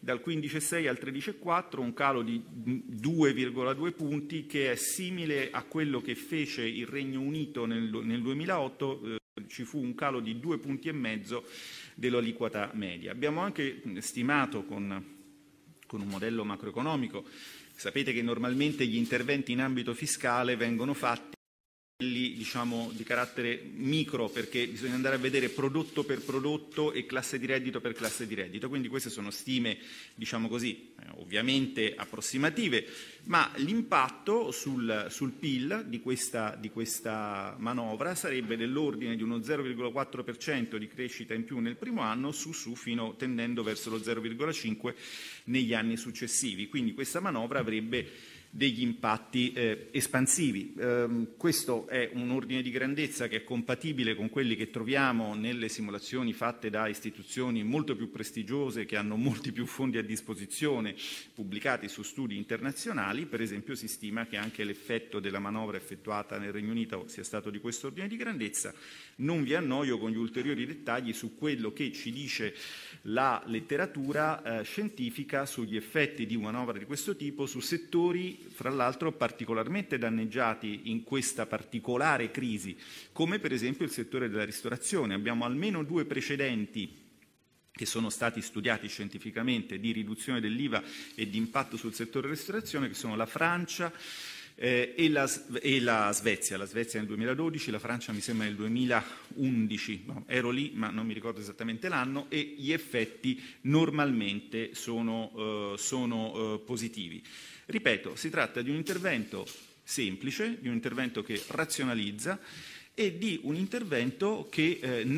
S7: dal 15,6 al 13,4, un calo di 2,2 punti che è simile a quello che fece il Regno Unito nel 2008, ci fu un calo di 2,5 punti dell'aliquota media. Abbiamo anche stimato con un modello macroeconomico, sapete che normalmente gli interventi in ambito fiscale vengono fatti diciamo di carattere micro, perché bisogna andare a vedere prodotto per prodotto e classe di reddito per classe di reddito, quindi queste sono stime, diciamo così, ovviamente approssimative, ma l'impatto sul PIL di questa manovra sarebbe dell'ordine di uno 0,4% di crescita in più nel primo anno, su fino tendendo verso lo 0,5% negli anni successivi, quindi questa manovra avrebbe degli impatti espansivi. Questo è un ordine di grandezza che è compatibile con quelli che troviamo nelle simulazioni fatte da istituzioni molto più prestigiose, che hanno molti più fondi a disposizione, pubblicati su studi internazionali. Per esempio si stima che anche l'effetto della manovra effettuata nel Regno Unito sia stato di questo ordine di grandezza. Non vi annoio con gli ulteriori dettagli su quello che ci dice la letteratura scientifica sugli effetti di una manovra di questo tipo su settori, fra l'altro, particolarmente danneggiati in questa particolare crisi, come per esempio il settore della ristorazione. Abbiamo almeno 2 precedenti che sono stati studiati scientificamente di riduzione dell'IVA e di impatto sul settore della ristorazione, che sono la Francia e la Svezia. La Svezia nel 2012, la Francia mi sembra nel 2011, no, ero lì ma non mi ricordo esattamente l'anno, e gli effetti normalmente sono positivi. Ripeto, si tratta di un intervento semplice, di un intervento che razionalizza e di un intervento che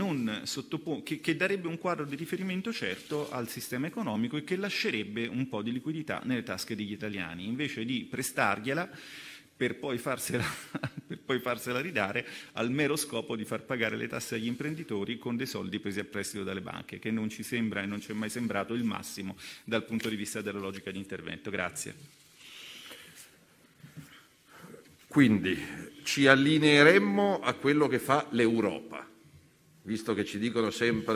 S7: che darebbe un quadro di riferimento certo al sistema economico e che lascerebbe un po' di liquidità nelle tasche degli italiani, invece di prestargliela per poi farsela ridare al mero scopo di far pagare le tasse agli imprenditori con dei soldi presi a prestito dalle banche, che non ci sembra e non ci è mai sembrato il massimo dal punto di vista della logica di intervento. Grazie.
S6: Quindi ci allineeremmo a quello che fa l'Europa, visto che ci dicono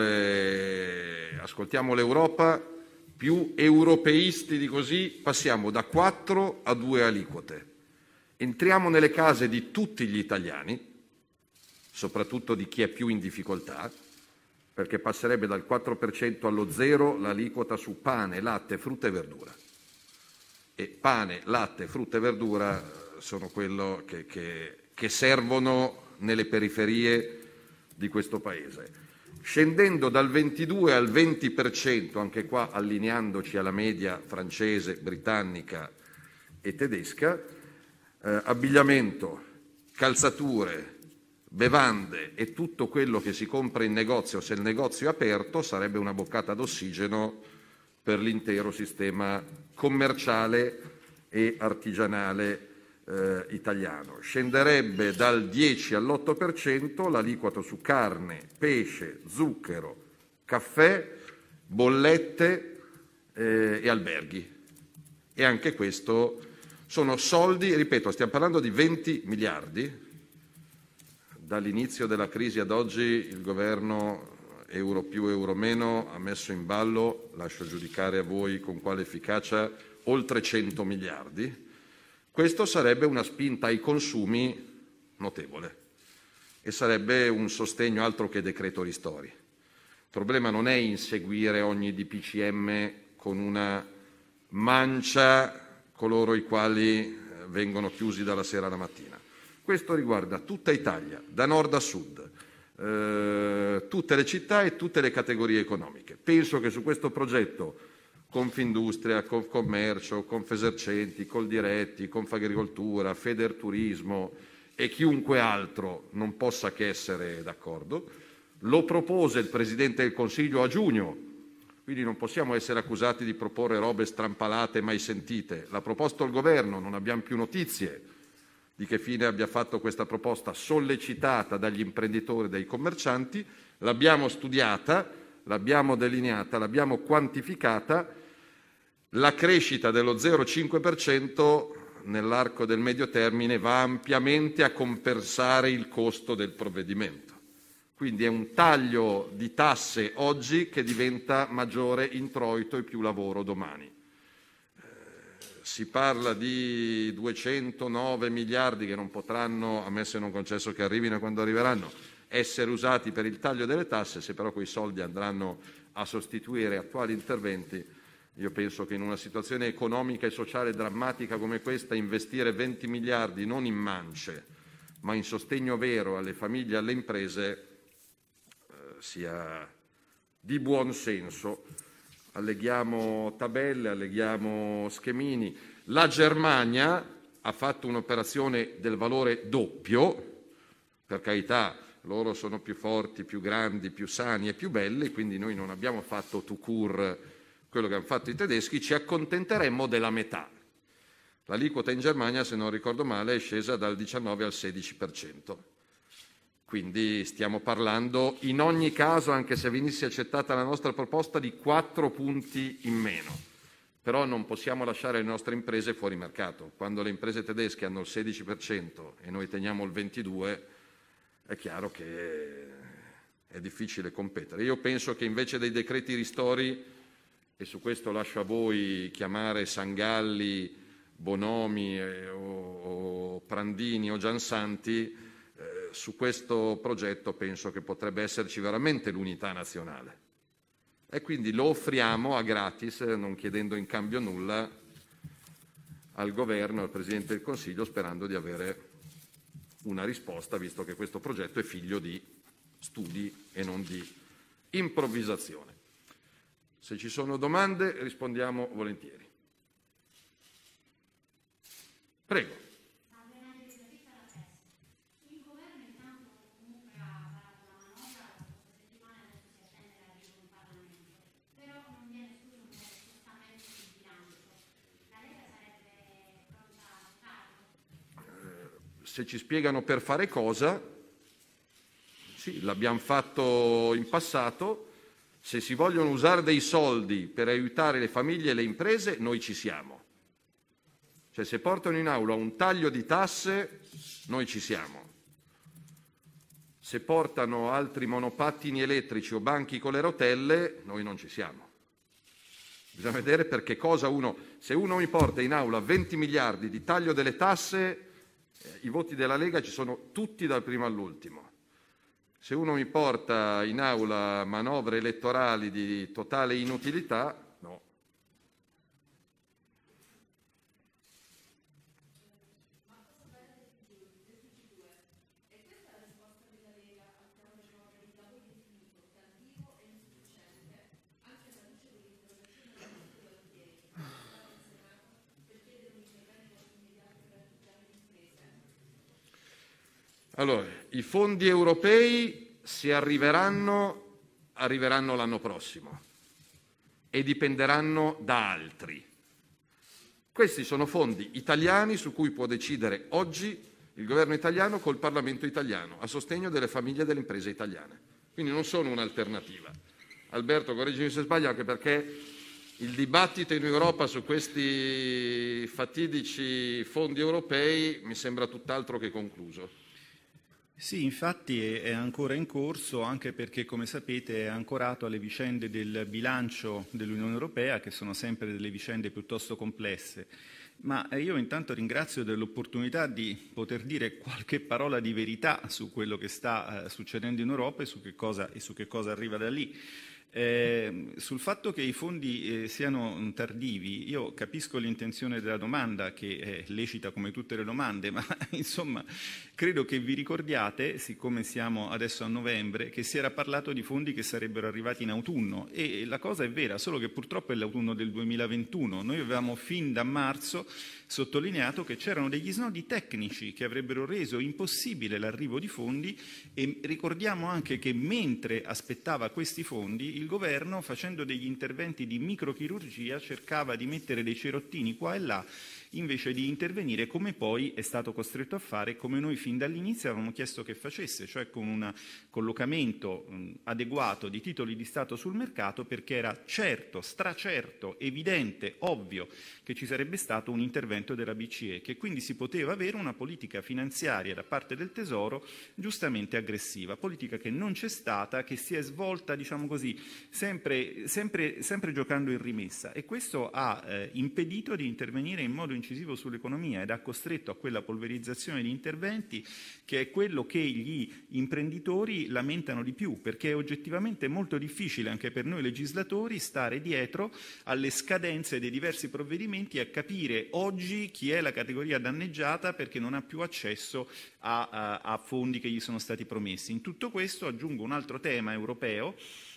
S6: sempre ascoltiamo l'Europa, più europeisti di così, passiamo da 4 a 2 aliquote. Entriamo nelle case di tutti gli italiani, soprattutto di chi è più in difficoltà, perché passerebbe dal 4% allo 0 l'aliquota su pane, latte, frutta e verdura. E pane, latte, frutta e verdura sono quello che servono nelle periferie di questo Paese. Scendendo dal 22 al 20%, anche qua allineandoci alla media francese, britannica e tedesca, abbigliamento, calzature, bevande e tutto quello che si compra in negozio, se il negozio è aperto, sarebbe una boccata d'ossigeno per l'intero sistema commerciale e artigianale italiano. Scenderebbe dal 10 all'8% l'aliquota su carne, pesce, zucchero, caffè, bollette e alberghi. E anche questo sono soldi, ripeto, stiamo parlando di 20 miliardi. Dall'inizio della crisi ad oggi il governo euro più euro meno ha messo in ballo, lascio giudicare a voi con quale efficacia, oltre 100 miliardi. Questo sarebbe una spinta ai consumi notevole e sarebbe un sostegno altro che decreto ristori. Il problema non è inseguire ogni DPCM con una mancia coloro i quali vengono chiusi dalla sera alla mattina. Questo riguarda tutta Italia, da nord a sud, tutte le città e tutte le categorie economiche. Penso che su questo progetto Confindustria, Confcommercio, Confesercenti, Coldiretti, Confagricoltura, Federturismo e chiunque altro non possa che essere d'accordo. Lo propose il Presidente del Consiglio a giugno, quindi non possiamo essere accusati di proporre robe strampalate mai sentite. L'ha proposto il Governo, non abbiamo più notizie di che fine abbia fatto questa proposta sollecitata dagli imprenditori e dai commercianti. L'abbiamo studiata, l'abbiamo delineata, l'abbiamo quantificata. La crescita dello 0,5% nell'arco del medio termine va ampiamente a compensare il costo del provvedimento. Quindi è un taglio di tasse oggi che diventa maggiore introito e più lavoro domani. Si parla di 209 miliardi che non potranno, ammesso e non concesso che arrivino quando arriveranno, essere usati per il taglio delle tasse. Se però quei soldi andranno a sostituire attuali interventi, io penso che in una situazione economica e sociale drammatica come questa investire 20 miliardi non in mance ma in sostegno vero alle famiglie e alle imprese sia di buon senso. Alleghiamo tabelle, alleghiamo schemini. La Germania ha fatto un'operazione del valore doppio, per carità, loro sono più forti, più grandi, più sani e più belli, quindi noi non abbiamo fatto tout court quello che hanno fatto i tedeschi, ci accontenteremmo della metà. L'aliquota in Germania, se non ricordo male, è scesa dal 19 al 16%. Quindi stiamo parlando, in ogni caso, anche se venisse accettata la nostra proposta, di 4 punti in meno. Però non possiamo lasciare le nostre imprese fuori mercato. Quando le imprese tedesche hanno il 16% e noi teniamo il 22%, è chiaro che è difficile competere. Io penso che invece dei decreti ristori, e su questo lascio a voi chiamare Sangalli, Bonomi o Prandini o Giansanti, su questo progetto penso che potrebbe esserci veramente l'unità nazionale. E quindi lo offriamo a gratis, non chiedendo in cambio nulla al Governo, al Presidente del Consiglio, sperando di avere una risposta, visto che questo progetto è figlio di studi e non di improvvisazione. Se ci sono domande rispondiamo volentieri. Prego. Se ci spiegano per fare cosa, sì, l'abbiamo fatto in passato. Se si vogliono usare dei soldi per aiutare le famiglie e le imprese, noi ci siamo. Cioè, se portano in aula un taglio di tasse, noi ci siamo. Se portano altri monopattini elettrici o banchi con le rotelle, noi non ci siamo. Bisogna vedere per che cosa se uno mi porta in aula 20 miliardi di taglio delle tasse, i voti della Lega ci sono tutti dal primo all'ultimo. Se uno mi porta in aula manovre elettorali di totale inutilità, no. Allora, i fondi europei, se arriveranno l'anno prossimo e dipenderanno da altri. Questi sono fondi italiani su cui può decidere oggi il governo italiano col Parlamento italiano a sostegno delle famiglie e delle imprese italiane. Quindi non sono un'alternativa. Alberto, correggimi se sbaglio, anche perché il dibattito in Europa su questi fatidici fondi europei mi sembra tutt'altro che concluso.
S7: Sì, infatti è ancora in corso, anche perché, come sapete, è ancorato alle vicende del bilancio dell'Unione Europea, che sono sempre delle vicende piuttosto complesse. Ma io intanto ringrazio dell'opportunità di poter dire qualche parola di verità su quello che sta succedendo in Europa e su che cosa arriva da lì. Sul fatto che i fondi siano tardivi, io capisco l'intenzione della domanda, che è lecita come tutte le domande, ma insomma credo che vi ricordiate, siccome siamo adesso a novembre, che si era parlato di fondi che sarebbero arrivati in autunno, e la cosa è vera, solo che purtroppo è l'autunno del 2021. Noi avevamo fin da marzo sottolineato che c'erano degli snodi tecnici che avrebbero reso impossibile l'arrivo di fondi, e ricordiamo anche che mentre aspettava questi fondi il governo, facendo degli interventi di microchirurgia, cercava di mettere dei cerottini qua e là, invece di intervenire come poi è stato costretto a fare, come noi fin dall'inizio avevamo chiesto che facesse, cioè con un collocamento adeguato di titoli di Stato sul mercato, perché era certo, stracerto, evidente, ovvio che ci sarebbe stato un intervento della BCE, che quindi si poteva avere una politica finanziaria da parte del Tesoro giustamente aggressiva, politica che non c'è stata, che si è svolta, diciamo così, sempre giocando in rimessa, e questo ha impedito di intervenire in modo incisivo sull'economia ed ha costretto a quella polverizzazione di interventi che è quello che gli imprenditori lamentano di più, perché è oggettivamente molto difficile anche per noi legislatori stare dietro alle scadenze dei diversi provvedimenti e a capire oggi chi è la categoria danneggiata perché non ha più accesso a fondi che gli sono stati promessi. In tutto questo aggiungo un altro tema europeo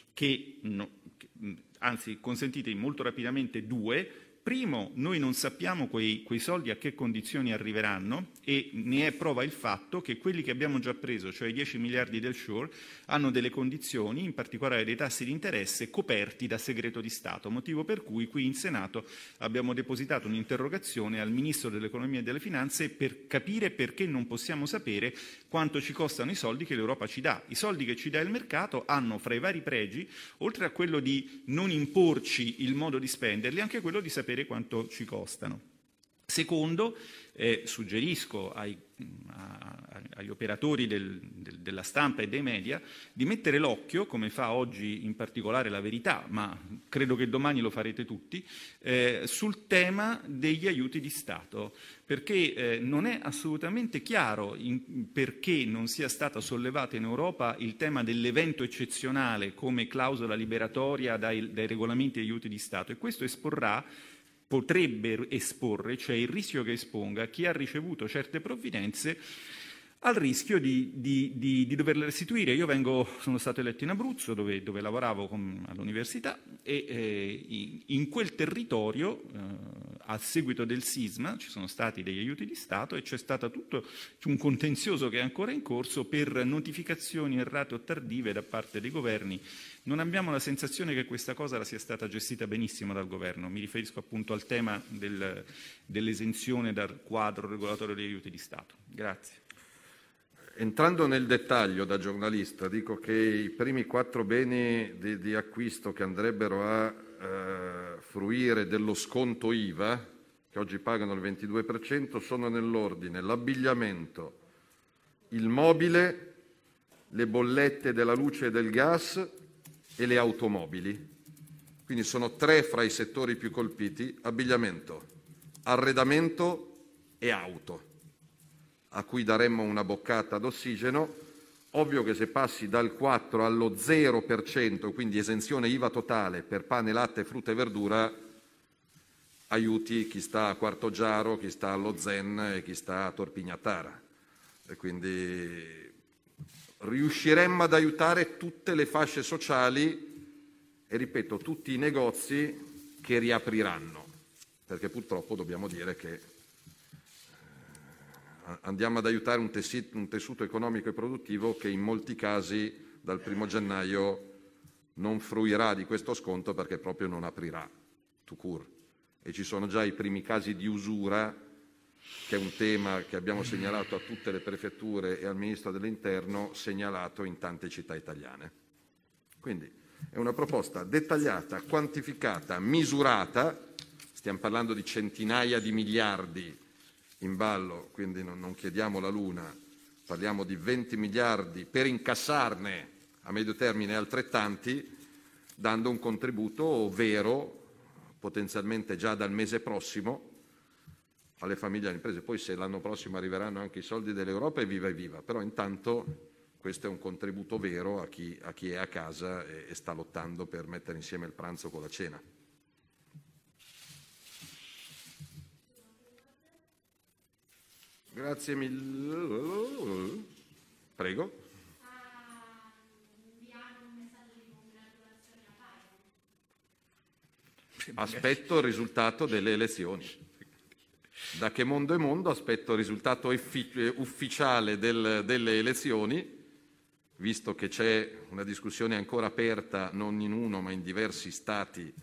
S7: anzi consentitemi molto rapidamente due. Primo, noi non sappiamo quei soldi a che condizioni arriveranno, e ne è prova il fatto che quelli che abbiamo già preso, cioè i 10 miliardi del SURE, hanno delle condizioni, in particolare dei tassi di interesse, coperti da segreto di Stato, motivo per cui qui in Senato abbiamo depositato un'interrogazione al Ministro dell'Economia e delle Finanze per capire perché non possiamo sapere quanto ci costano i soldi che l'Europa ci dà. I soldi che ci dà il mercato hanno fra i vari pregi, oltre a quello di non imporci il modo di spenderli, anche quello di sapere quanto ci costano. Secondo, suggerisco agli operatori della stampa e dei media di mettere l'occhio, come fa oggi in particolare La Verità, ma credo che domani lo farete tutti, sul tema degli aiuti di Stato, perché non è assolutamente chiaro perché non sia stato sollevato in Europa il tema dell'evento eccezionale come clausola liberatoria dai regolamenti degli aiuti di Stato, e questo potrebbe esporre, cioè il rischio che esponga chi ha ricevuto certe provvidenze al rischio di doverle restituire. Io sono stato eletto in Abruzzo, dove lavoravo all'università, e in quel territorio, a seguito del sisma, ci sono stati degli aiuti di Stato e c'è stato tutto un contenzioso che è ancora in corso per notificazioni errate o tardive da parte dei governi. Non abbiamo la sensazione che questa cosa sia stata gestita benissimo dal governo. Mi riferisco appunto al tema dell'esenzione dal quadro regolatorio degli aiuti di Stato. Grazie.
S6: Entrando nel dettaglio da giornalista, dico che i primi 4 beni di acquisto che andrebbero a fruire dello sconto IVA, che oggi pagano il 22%, sono nell'ordine l'abbigliamento, il mobile, le bollette della luce e del gas e le automobili. Quindi sono 3 fra i settori più colpiti: abbigliamento, arredamento e auto, a cui daremmo una boccata d'ossigeno. Ovvio che se passi dal 4 allo 0%, quindi esenzione IVA totale per pane, latte, frutta e verdura, aiuti chi sta a Quartogiaro, chi sta allo Zen e chi sta a Torpignattara. E quindi riusciremmo ad aiutare tutte le fasce sociali e, ripeto, tutti i negozi che riapriranno, perché purtroppo dobbiamo dire che andiamo ad aiutare un tessuto economico e produttivo che in molti casi dal 1 gennaio non fruirà di questo sconto perché proprio non aprirà, tout court. E ci sono già i primi casi di usura, che è un tema che abbiamo segnalato a tutte le prefetture e al Ministro dell'Interno, segnalato in tante città italiane. Quindi è una proposta dettagliata, quantificata, misurata, stiamo parlando di centinaia di miliardi in ballo, quindi non chiediamo la luna, parliamo di 20 miliardi per incassarne a medio termine altrettanti, dando un contributo vero, potenzialmente già dal mese prossimo, alle famiglie e alle imprese. Poi se l'anno prossimo arriveranno anche i soldi dell'Europa, evviva evviva, però intanto questo è un contributo vero a chi è a casa e sta lottando per mettere insieme il pranzo con la cena. Grazie mille. Prego. Aspetto il risultato delle elezioni. Da che mondo è mondo aspetto il risultato ufficiale delle elezioni. visto che c'è una discussione ancora aperta non in uno ma in diversi Stati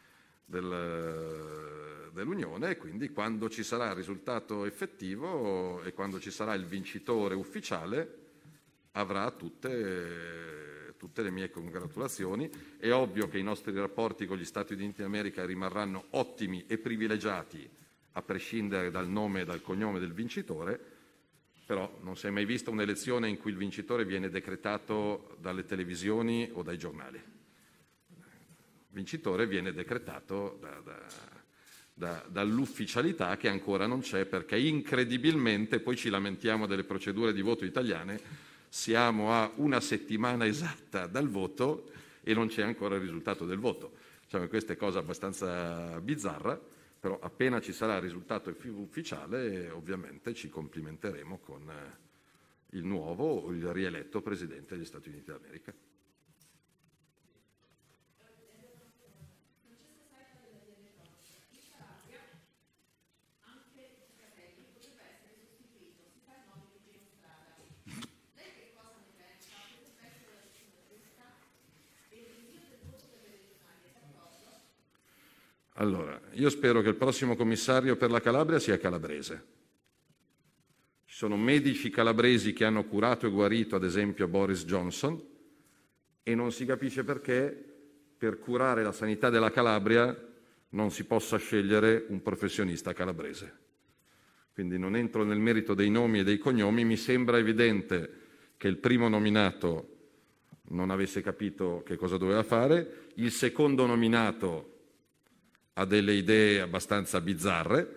S6: dell'Unione, e quindi quando ci sarà il risultato effettivo e quando ci sarà il vincitore ufficiale avrà tutte le mie congratulazioni. È ovvio che i nostri rapporti con gli Stati Uniti d'America rimarranno ottimi e privilegiati a prescindere dal nome e dal cognome del vincitore, però non si è mai vista un'elezione in cui il vincitore viene decretato dalle televisioni o dai giornali. Il vincitore viene decretato dall'ufficialità, che ancora non c'è, perché incredibilmente, poi ci lamentiamo delle procedure di voto italiane, siamo a una settimana esatta dal voto e non c'è ancora il risultato del voto. Diciamo che questa è cosa abbastanza bizzarra, però appena ci sarà il risultato ufficiale ovviamente ci complimenteremo con il nuovo o il rieletto Presidente degli Stati Uniti d'America. Allora, io spero che il prossimo commissario per la Calabria sia calabrese. Ci sono medici calabresi che hanno curato e guarito, ad esempio, Boris Johnson, e non si capisce perché per curare la sanità della Calabria non si possa scegliere un professionista calabrese. Quindi non entro nel merito dei nomi e dei cognomi, mi sembra evidente che il primo nominato non avesse capito che cosa doveva fare, il secondo nominato ha delle idee abbastanza bizzarre,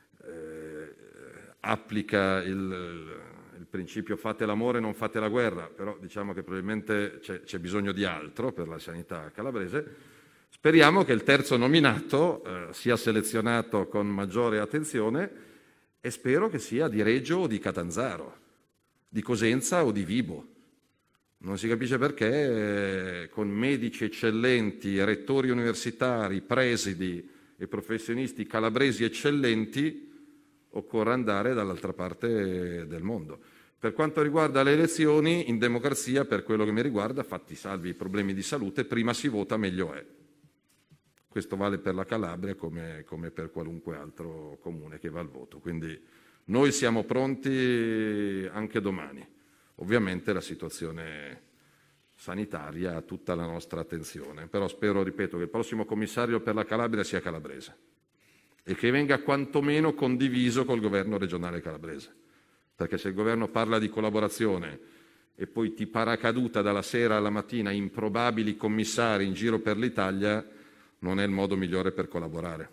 S6: applica il principio fate l'amore, non fate la guerra, però diciamo che probabilmente c'è bisogno di altro per la sanità calabrese. Speriamo che il terzo nominato sia selezionato con maggiore attenzione e spero che sia di Reggio o di Catanzaro, di Cosenza o di Vibo. Non si capisce perché con medici eccellenti, rettori universitari, presidi e professionisti calabresi eccellenti occorre andare dall'altra parte del mondo. Per quanto riguarda le elezioni, in democrazia, per quello che mi riguarda, fatti salvi i problemi di salute, prima si vota meglio è. Questo vale per la Calabria come per qualunque altro comune che va al voto. Quindi noi siamo pronti anche domani. Ovviamente la situazione sanitaria ha tutta la nostra attenzione, però spero, ripeto, che il prossimo commissario per la Calabria sia calabrese e che venga quantomeno condiviso col governo regionale calabrese, perché se il governo parla di collaborazione e poi ti paracaduta dalla sera alla mattina improbabili commissari in giro per l'Italia, non è il modo migliore per collaborare.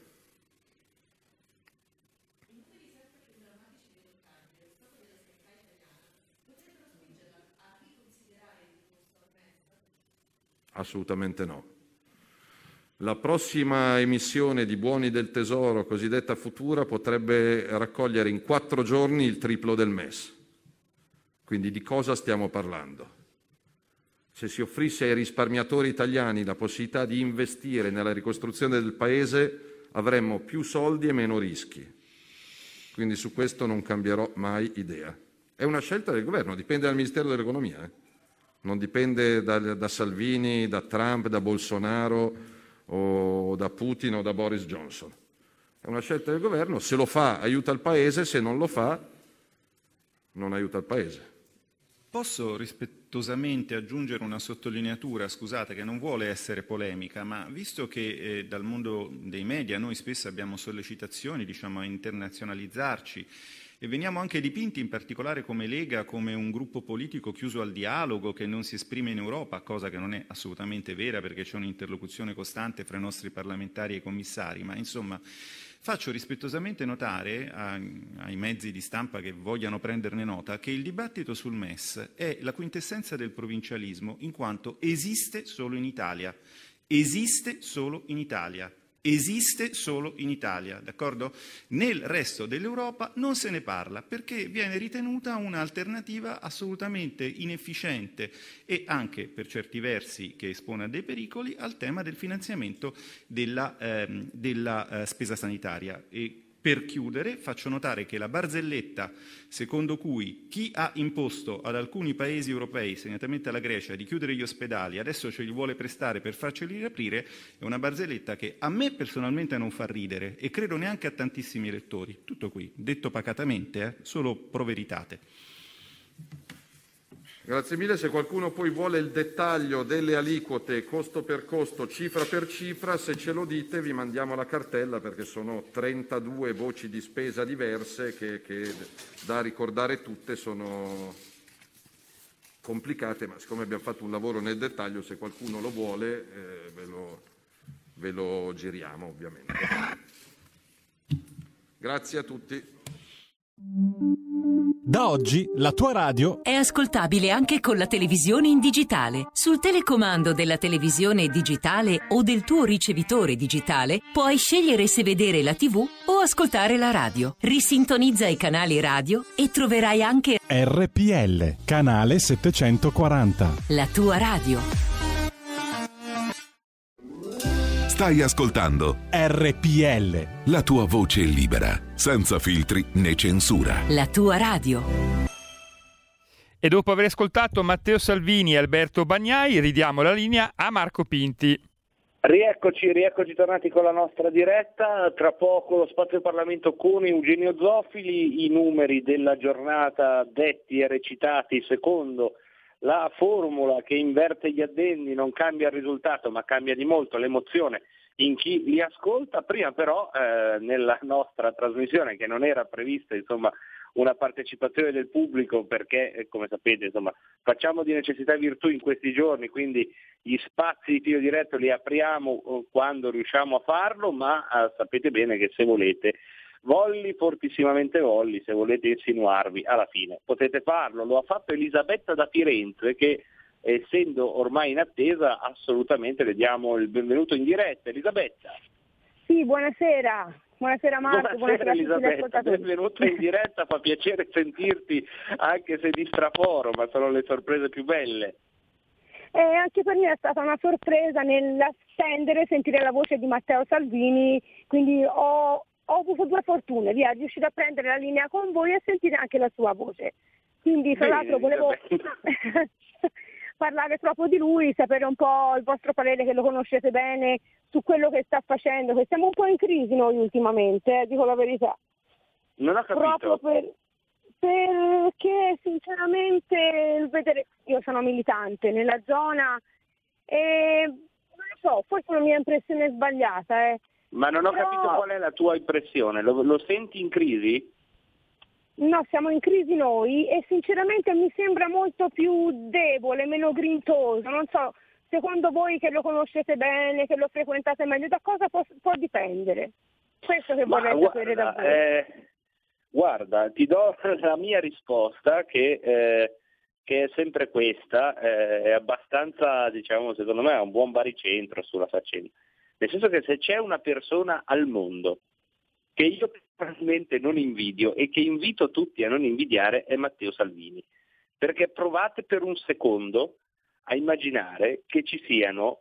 S6: Assolutamente no. La prossima emissione di buoni del Tesoro, cosiddetta futura, potrebbe raccogliere in 4 giorni il triplo del MES. Quindi di cosa stiamo parlando? Se si offrisse ai risparmiatori italiani la possibilità di investire nella ricostruzione del Paese, avremmo più soldi e meno rischi. Quindi su questo non cambierò mai idea. È una scelta del governo, dipende dal Ministero dell'Economia. Non dipende da Salvini, da Trump, da Bolsonaro o da Putin o da Boris Johnson. È una scelta del governo, se lo fa aiuta il Paese, se non lo fa non aiuta il Paese.
S7: Posso rispettosamente aggiungere una sottolineatura, scusate, che non vuole essere polemica, ma visto che dal mondo dei media noi spesso abbiamo sollecitazioni, a internazionalizzarci, e veniamo anche dipinti in particolare come Lega, come un gruppo politico chiuso al dialogo che non si esprime in Europa, cosa che non è assolutamente vera perché c'è un'interlocuzione costante fra i nostri parlamentari e i commissari, ma insomma faccio rispettosamente notare ai mezzi di stampa che vogliano prenderne nota che il dibattito sul MES è la quintessenza del provincialismo in quanto esiste solo in Italia, esiste solo in Italia. Esiste solo in Italia, d'accordo? Nel resto dell'Europa non se ne parla perché viene ritenuta un'alternativa assolutamente inefficiente e anche per certi versi che espone a dei pericoli al tema del finanziamento della spesa sanitaria. E Per chiudere, faccio notare che la barzelletta secondo cui chi ha imposto ad alcuni paesi europei, segnatamente alla Grecia, di chiudere gli ospedali, adesso ce li vuole prestare per farceli riaprire, è una barzelletta che a me personalmente non fa ridere e credo neanche a tantissimi elettori. Tutto qui, detto pacatamente, solo pro veritate.
S6: Grazie mille. Se qualcuno poi vuole il dettaglio delle aliquote costo per costo, cifra per cifra, se ce lo dite vi mandiamo la cartella, perché sono 32 voci di spesa diverse che da ricordare tutte sono complicate, ma siccome abbiamo fatto un lavoro nel dettaglio, se qualcuno lo vuole ve lo giriamo ovviamente. Grazie a tutti.
S12: Da oggi la tua radio
S13: è ascoltabile anche con la televisione in digitale. Sul telecomando della televisione digitale o del tuo ricevitore digitale puoi scegliere se vedere la TV o ascoltare la radio. Risintonizza i canali radio e troverai anche
S12: RPL, canale 740.
S13: La tua radio.
S5: Stai ascoltando
S12: RPL,
S5: la tua voce libera, senza filtri né censura.
S13: La tua radio.
S15: E dopo aver ascoltato Matteo Salvini e Alberto Bagnai, ridiamo la linea a Marco Pinti.
S4: Rieccoci tornati con la nostra diretta. Tra poco lo Spazio Parlamento con Eugenio Zoffili, i numeri della giornata detti e recitati secondo la formula che inverte gli addendi, non cambia il risultato ma cambia di molto l'emozione in chi li ascolta. Prima però nella nostra trasmissione, che non era prevista una partecipazione del pubblico, perché come sapete facciamo di necessità virtù in questi giorni, quindi gli spazi di filo diretto li apriamo quando riusciamo a farlo, ma sapete bene che se volete fortissimamente se volete insinuarvi alla fine potete farlo. Lo ha fatto Elisabetta da Firenze, che essendo ormai in attesa assolutamente le diamo il benvenuto in diretta. Elisabetta.
S17: Sì, buonasera Marco, buonasera
S4: Elisabetta, benvenuta in diretta, fa piacere sentirti anche se di straforo, ma sono le sorprese più belle.
S17: Anche per me è stata una sorpresa nell'attendere e sentire la voce di Matteo Salvini, quindi ho avuto due fortune, riuscito a prendere la linea con voi e sentire anche la sua voce. Quindi tra l'altro volevo parlare proprio di lui, sapere un po' il vostro parere, che lo conoscete bene, su quello che sta facendo, che siamo un po' in crisi noi ultimamente, dico la verità.
S4: Non ho capito.
S17: Proprio perché sinceramente io sono militante nella zona e non lo so, forse è una mia impressione sbagliata.
S4: Ma non ho capito qual è la tua impressione, lo senti in crisi?
S17: No, siamo in crisi noi e sinceramente mi sembra molto più debole, meno grintoso, non so, secondo voi che lo conoscete bene, che lo frequentate meglio, da cosa può dipendere? Questo che vorrei sapere da voi.
S4: Guarda, ti do la mia risposta che è sempre questa, è abbastanza, secondo me è un buon baricentro sulla faccenda. Nel senso che se c'è una persona al mondo che io personalmente non invidio e che invito tutti a non invidiare è Matteo Salvini, perché provate per un secondo a immaginare che ci siano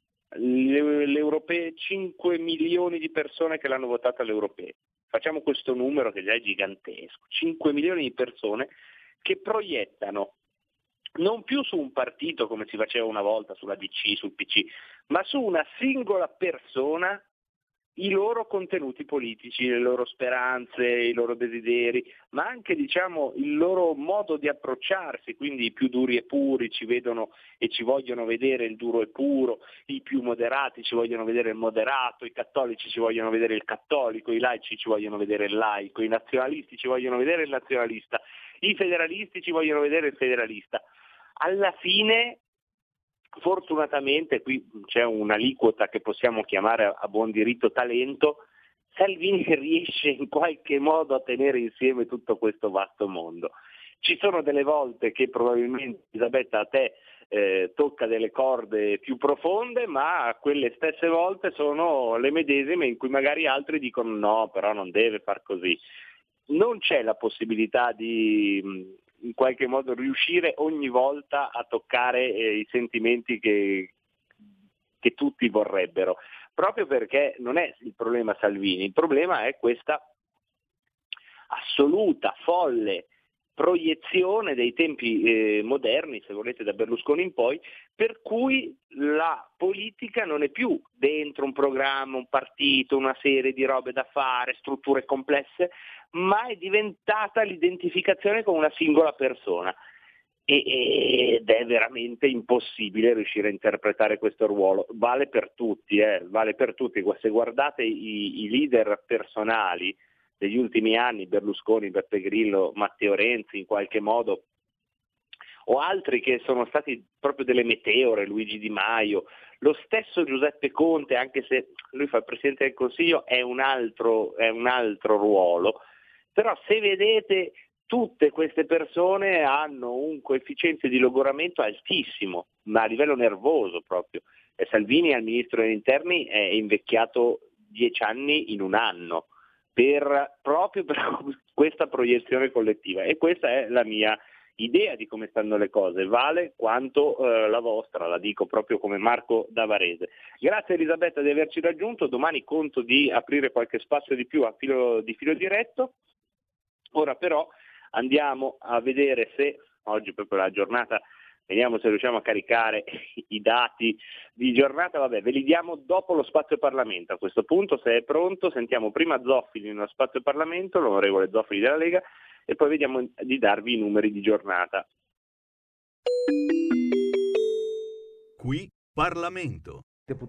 S4: le europee 5 milioni di persone che l'hanno votata alle europee. Facciamo questo numero che già è gigantesco, 5 milioni di persone che proiettano non più su un partito come si faceva una volta sulla DC, sul PC, ma su una singola persona i loro contenuti politici, le loro speranze, i loro desideri, ma anche il loro modo di approcciarsi, quindi i più duri e puri ci vedono e ci vogliono vedere il duro e puro, i più moderati ci vogliono vedere il moderato, i cattolici ci vogliono vedere il cattolico, i laici ci vogliono vedere il laico, i nazionalisti ci vogliono vedere il nazionalista, i federalisti ci vogliono vedere il federalista. Alla fine, fortunatamente, qui c'è un'aliquota che possiamo chiamare a buon diritto talento, Salvini riesce in qualche modo a tenere insieme tutto questo vasto mondo. Ci sono delle volte che probabilmente, Elisabetta, a te tocca delle corde più profonde, ma quelle stesse volte sono le medesime in cui magari altri dicono no, però non deve far così. Non c'è la possibilità di in qualche modo riuscire ogni volta a toccare i sentimenti che tutti vorrebbero, proprio perché non è il problema Salvini, il problema è questa assoluta, folle proiezione dei tempi moderni, se volete da Berlusconi in poi, per cui la politica non è più dentro un programma, un partito, una serie di robe da fare, strutture complesse, ma è diventata l'identificazione con una singola persona. Ed è veramente impossibile riuscire a interpretare questo ruolo. Vale per tutti, vale per tutti. Se guardate i leader personali degli ultimi anni, Berlusconi, Beppe Grillo, Matteo Renzi in qualche modo, o altri che sono stati proprio delle meteore, Luigi Di Maio, lo stesso Giuseppe Conte, anche se lui fa il Presidente del Consiglio, è un altro ruolo, però se vedete tutte queste persone hanno un coefficiente di logoramento altissimo, ma a livello nervoso proprio. E Salvini al Ministro degli Interni è invecchiato 10 anni in un anno, proprio per questa proiezione collettiva, e questa è la mia idea di come stanno le cose, vale quanto la vostra, la dico proprio come Marco da Varese. Grazie Elisabetta di averci raggiunto, domani conto di aprire qualche spazio di più a filo diretto. Ora però andiamo a vedere se oggi proprio la giornata, vediamo se riusciamo a caricare i dati di giornata, vabbè, ve li diamo dopo lo Spazio Parlamento. A questo punto, se è pronto, sentiamo prima Zoffili nello Spazio Parlamento, l'onorevole Zoffili della Lega, e poi vediamo di darvi i numeri di giornata.
S25: Qui Parlamento.
S16: Il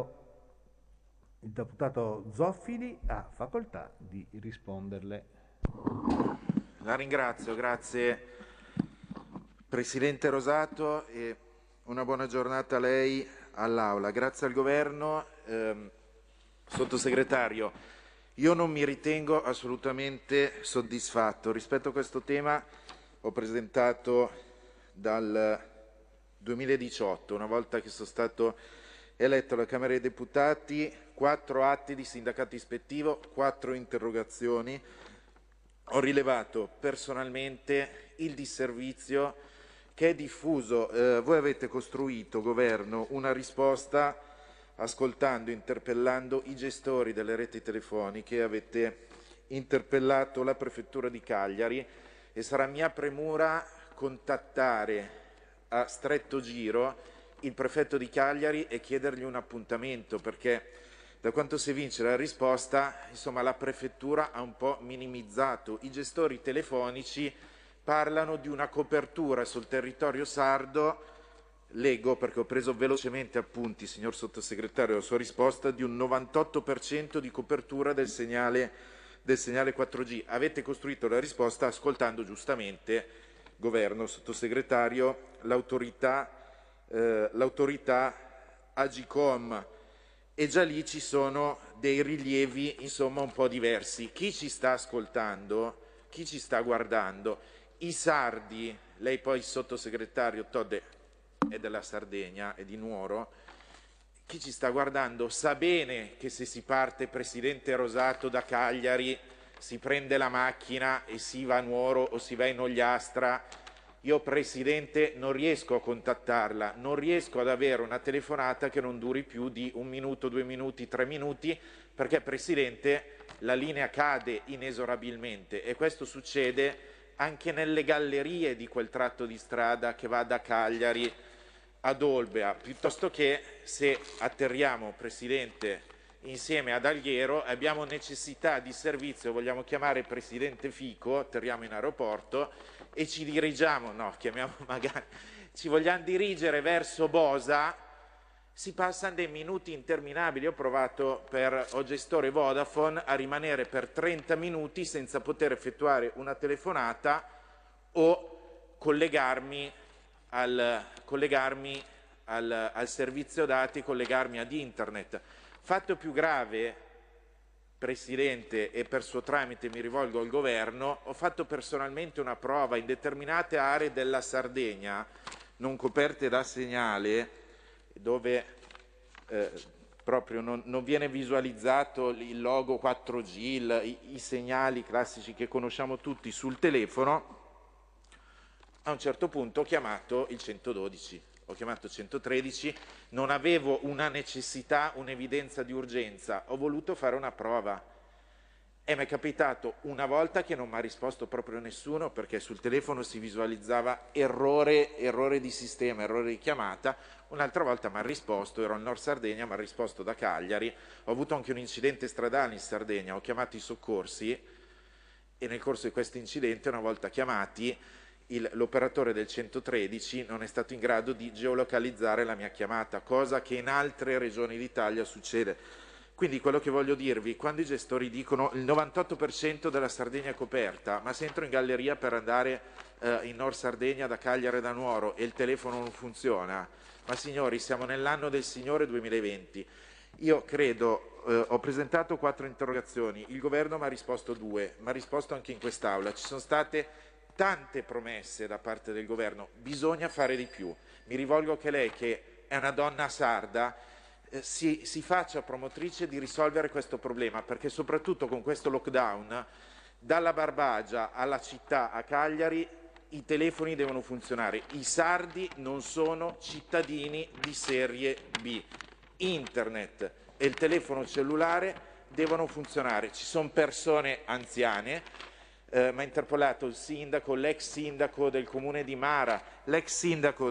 S16: deputato Zoffili ha facoltà di risponderle.
S18: La ringrazio, grazie Presidente Rosato, e una buona giornata a lei, all'Aula. Grazie al Governo. Sottosegretario, io non mi ritengo assolutamente soddisfatto. Rispetto a questo tema ho presentato dal 2018, una volta che sono stato eletto alla Camera dei Deputati, 4 atti di sindacato ispettivo, 4 interrogazioni. Ho rilevato personalmente il disservizio che è diffuso. Voi avete costruito, Governo, una risposta ascoltando, interpellando i gestori delle reti telefoniche, avete interpellato la Prefettura di Cagliari, e sarà mia premura contattare a stretto giro il Prefetto di Cagliari e chiedergli un appuntamento, perché da quanto si evince la risposta, insomma, la Prefettura ha un po' minimizzato. I gestori telefonici parlano di una copertura sul territorio sardo, leggo perché ho preso velocemente appunti, signor Sottosegretario, la sua risposta, di un 98% di copertura del segnale 4G. Avete costruito la risposta ascoltando giustamente, Governo, Sottosegretario, l'autorità Agcom, e già lì ci sono dei rilievi insomma un po' diversi. Chi ci sta ascoltando, chi ci sta guardando, i sardi, lei poi Sottosegretario Todde è della Sardegna, è di Nuoro, chi ci sta guardando sa bene che se si parte, Presidente Rosato, da Cagliari, si prende la macchina e si va a Nuoro o si va in Ogliastra. Io, Presidente, non riesco a contattarla, non riesco ad avere una telefonata che non duri più di 1 minuto, 2 minuti, 3 minuti, perché, Presidente, la linea cade inesorabilmente, e questo succede anche nelle gallerie di quel tratto di strada che va da Cagliari ad Olbia, piuttosto che se atterriamo, Presidente, insieme ad Alghero, abbiamo necessità di servizio, vogliamo chiamare il Presidente Fico, atterriamo in aeroporto e ci dirigiamo, ci vogliamo dirigere verso Bosa, si passano dei minuti interminabili. Ho provato ho gestore Vodafone a rimanere per 30 minuti senza poter effettuare una telefonata o collegarmi al servizio dati, collegarmi ad internet. Fatto più grave, Presidente, e per suo tramite mi rivolgo al Governo, ho fatto personalmente una prova in determinate aree della Sardegna non coperte da segnale, dove proprio non viene visualizzato il logo 4G, i segnali classici che conosciamo tutti sul telefono. A un certo punto ho chiamato il 112, ho chiamato 113, non avevo una necessità, un'evidenza di urgenza, ho voluto fare una prova. E mi è capitato una volta che non mi ha risposto proprio nessuno, perché sul telefono si visualizzava errore di sistema, errore di chiamata. Un'altra volta mi ha risposto, ero in Nord Sardegna, mi ha risposto da Cagliari. Ho avuto anche un incidente stradale in Sardegna, ho chiamato i soccorsi e nel corso di questo incidente, una volta chiamati, l'operatore del 113 non è stato in grado di geolocalizzare la mia chiamata, cosa che in altre regioni d'Italia succede. Quindi quello che voglio dirvi, quando i gestori dicono il 98% della Sardegna è coperta, ma se entro in galleria per andare in Nord Sardegna da Cagliari e da Nuoro e il telefono non funziona, ma signori, siamo nell'anno del Signore 2020. Io credo, ho presentato 4 interrogazioni, il governo mi ha risposto 2, mi ha risposto anche in quest'Aula, ci sono state tante promesse da parte del governo, bisogna fare di più. Mi rivolgo anche a lei che è una donna sarda, si faccia promotrice di risolvere questo problema, perché soprattutto con questo lockdown, dalla Barbagia alla città, a Cagliari, i telefoni devono funzionare. I sardi non sono cittadini di serie B. Internet e il telefono cellulare devono funzionare. Ci sono persone anziane. Mi ha interpellato il sindaco, l'ex sindaco del comune di Mara, il sindaco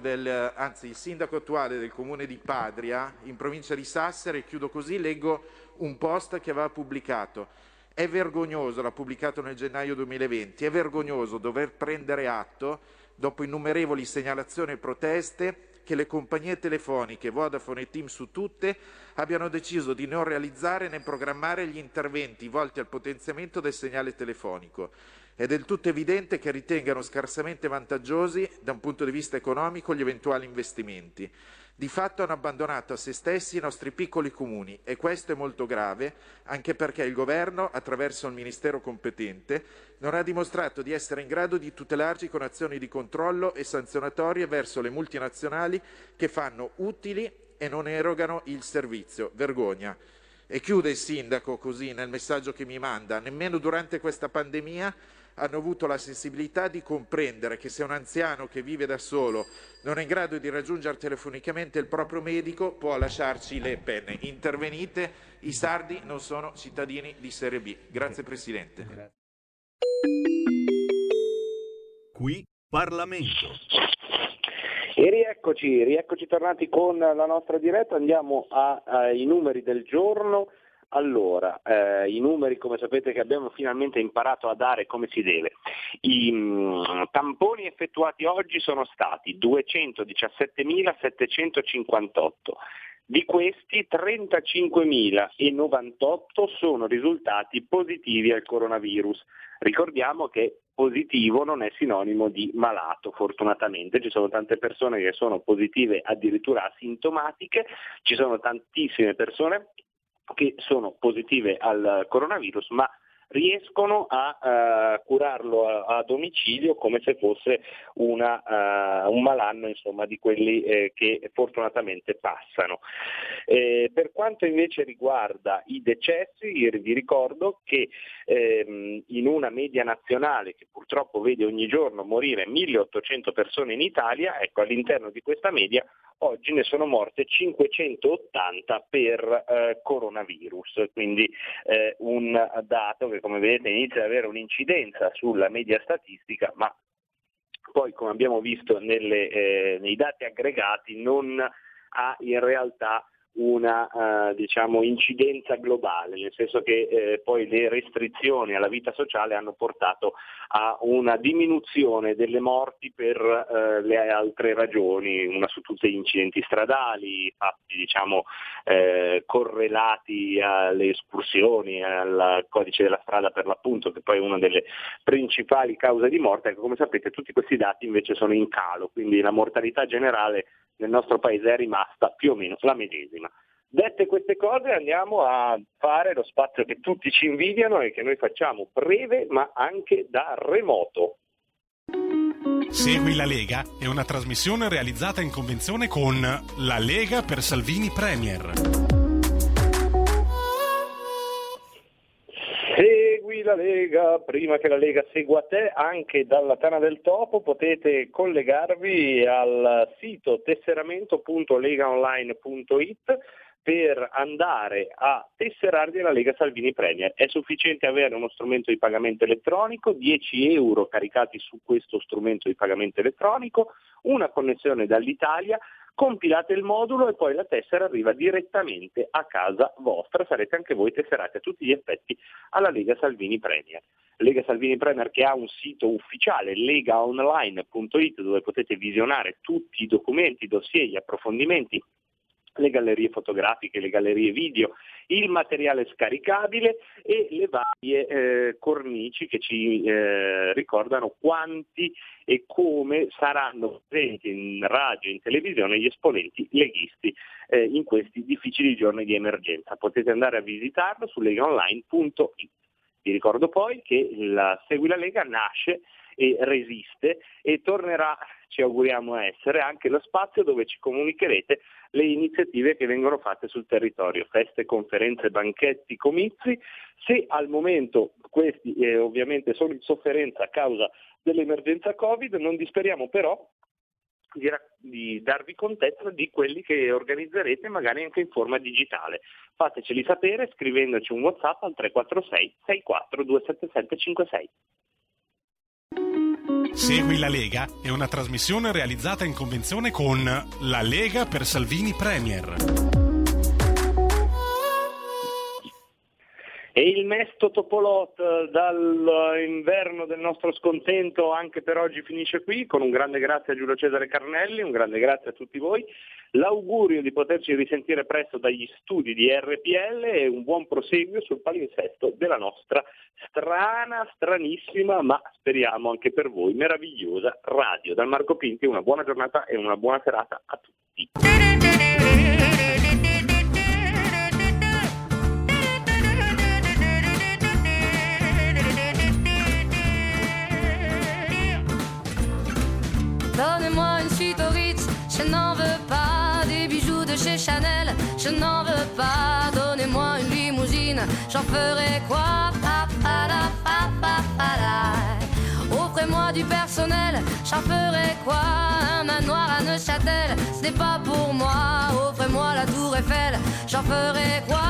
S18: attuale del comune di Padria, in provincia di Sassari, e chiudo così, leggo un post che aveva pubblicato. È vergognoso, l'ha pubblicato nel gennaio 2020, è vergognoso dover prendere atto, dopo innumerevoli segnalazioni e proteste, che le compagnie telefoniche, Vodafone e TIM su tutte, abbiano deciso di non realizzare né programmare gli interventi volti al potenziamento del segnale telefonico. È del tutto evidente che ritengano scarsamente vantaggiosi, da un punto di vista economico, gli eventuali investimenti. Di fatto hanno abbandonato a se stessi i nostri piccoli comuni e questo è molto grave, anche perché il governo, attraverso il ministero competente, non ha dimostrato di essere in grado di tutelarci con azioni di controllo e sanzionatorie verso le multinazionali che fanno utili e non erogano il servizio. Vergogna. E chiude il sindaco così nel messaggio che mi manda: nemmeno durante questa pandemia hanno avuto la sensibilità di comprendere che se un anziano che vive da solo non è in grado di raggiungere telefonicamente il proprio medico può lasciarci le penne. Intervenite, i sardi non sono cittadini di serie B. Grazie Presidente.
S25: Qui Parlamento.
S4: E rieccoci tornati con la nostra diretta, andiamo ai numeri del giorno. Allora, i numeri, come sapete, che abbiamo finalmente imparato a dare come si deve. I tamponi effettuati oggi sono stati 217.758. Di questi 35.098 sono risultati positivi al coronavirus. Ricordiamo che positivo non è sinonimo di malato, fortunatamente. Ci sono tante persone che sono positive addirittura asintomatiche, ci sono tantissime persone che sono positive al coronavirus ma riescono a curarlo a domicilio come se fosse un malanno, insomma, di quelli che fortunatamente passano. Per quanto invece riguarda i decessi, vi ricordo che in una media nazionale che purtroppo vede ogni giorno morire 1.800 persone in Italia, ecco, all'interno di questa media oggi ne sono morte 580 per coronavirus, quindi un dato che, come vedete, inizia ad avere un'incidenza sulla media statistica, ma poi, come abbiamo visto nei dati aggregati, non ha in realtà una incidenza globale, nel senso che poi le restrizioni alla vita sociale hanno portato a una diminuzione delle morti per le altre ragioni, una su tutte gli incidenti stradali, fatti correlati alle escursioni, al codice della strada per l'appunto, che poi è una delle principali cause di morte. Ecco, come sapete, tutti questi dati invece sono in calo, quindi la mortalità generale nel nostro paese è rimasta più o meno la medesima. Dette queste cose, andiamo a fare lo spazio che tutti ci invidiano e che noi facciamo breve ma anche da remoto.
S12: Segui la Lega è una trasmissione realizzata in convenzione con La Lega per Salvini Premier.
S4: Segui la Lega, prima che la Lega segua te, anche dalla Tana del Topo potete collegarvi al sito tesseramento.legaonline.it, per andare a tesserarvi alla Lega Salvini Premier. È sufficiente avere uno strumento di pagamento elettronico, 10 euro caricati su questo strumento di pagamento elettronico, una connessione dall'Italia, compilate il modulo e poi la tessera arriva direttamente a casa vostra, sarete anche voi tesserati a tutti gli effetti alla Lega Salvini Premier. Lega Salvini Premier che ha un sito ufficiale, legaonline.it, dove potete visionare tutti i documenti, dossier, gli approfondimenti, le gallerie fotografiche, le gallerie video, il materiale scaricabile e le varie cornici che ci ricordano quanti e come saranno presenti in radio e in televisione gli esponenti leghisti in questi difficili giorni di emergenza. Potete andare a visitarlo su legaonline.it. Vi ricordo poi che la Segui la Lega nasce e resiste e tornerà, ci auguriamo essere, anche lo spazio dove ci comunicherete le iniziative che vengono fatte sul territorio, feste, conferenze, banchetti, comizi. Se al momento questi ovviamente sono in sofferenza a causa dell'emergenza Covid, non disperiamo però di darvi contezza di quelli che organizzerete magari anche in forma digitale. Fateceli sapere scrivendoci un WhatsApp al 346 64 277 56.
S12: Segui la Lega è una trasmissione realizzata in convenzione con La Lega per Salvini Premier.
S4: E il mesto Topolot dall'inverno del nostro scontento anche per oggi finisce qui, con un grande grazie a Giulio Cesare Carnelli, un grande grazie a tutti voi, l'augurio di poterci risentire presto dagli studi di RPL e un buon proseguio sul palinsesto della nostra stranissima, ma speriamo anche per voi, meravigliosa radio. Dal Marco Pinti una buona giornata e una buona serata a tutti.
S19: Donnez-moi une suite au Ritz, je n'en veux pas. Des bijoux de chez Chanel, je n'en veux pas. Donnez-moi une limousine, j'en ferai quoi? Offrez-moi du personnel, j'en ferai quoi? Un manoir à Neuchâtel, ce n'est pas pour moi. Offrez-moi la tour Eiffel, j'en ferai quoi?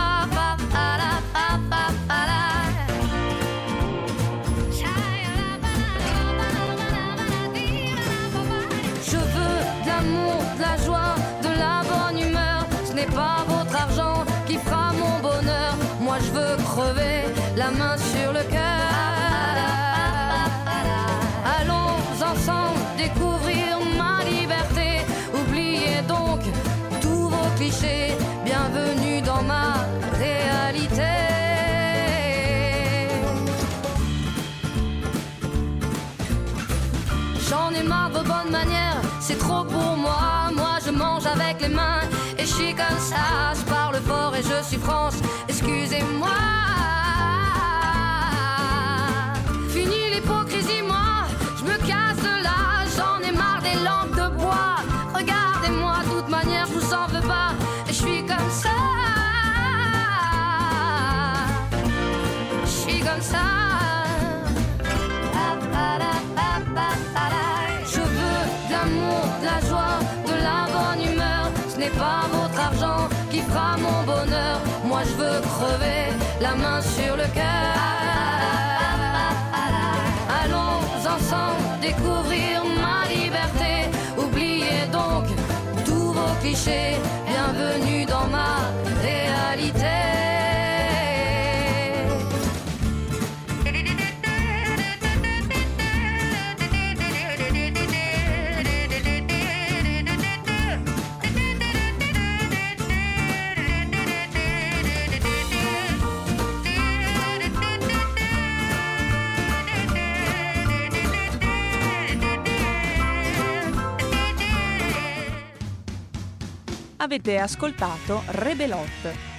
S19: Je veux de l'amour, de la joie, de la bonne humeur. Ce n'est pas votre argent qui fera mon bonheur. Moi je veux crever, la main sur le cœur. Allons ensemble découvrir ma liberté. Oubliez donc tous vos clichés. Bienvenue dans ma réalité. J'en ai marre de vos bonnes manières, c'est trop pour moi. Moi je mange avec les mains et je suis comme ça. Je parle fort et je suis France, excusez-moi. Fini l'hypocrisie, moi, je me casse de là. J'en ai marre des lampes de bois. Regardez-moi, de toute manière je vous en veux pas. Et je suis comme ça. Je suis comme ça. De la joie, de la bonne humeur. Ce n'est pas votre argent qui fera mon bonheur. Moi je veux crever, la main sur le cœur. Allons ensemble découvrir ma liberté. Oubliez donc tous vos clichés. Bienvenue dans ma réalité.
S21: Avete ascoltato Rebelot,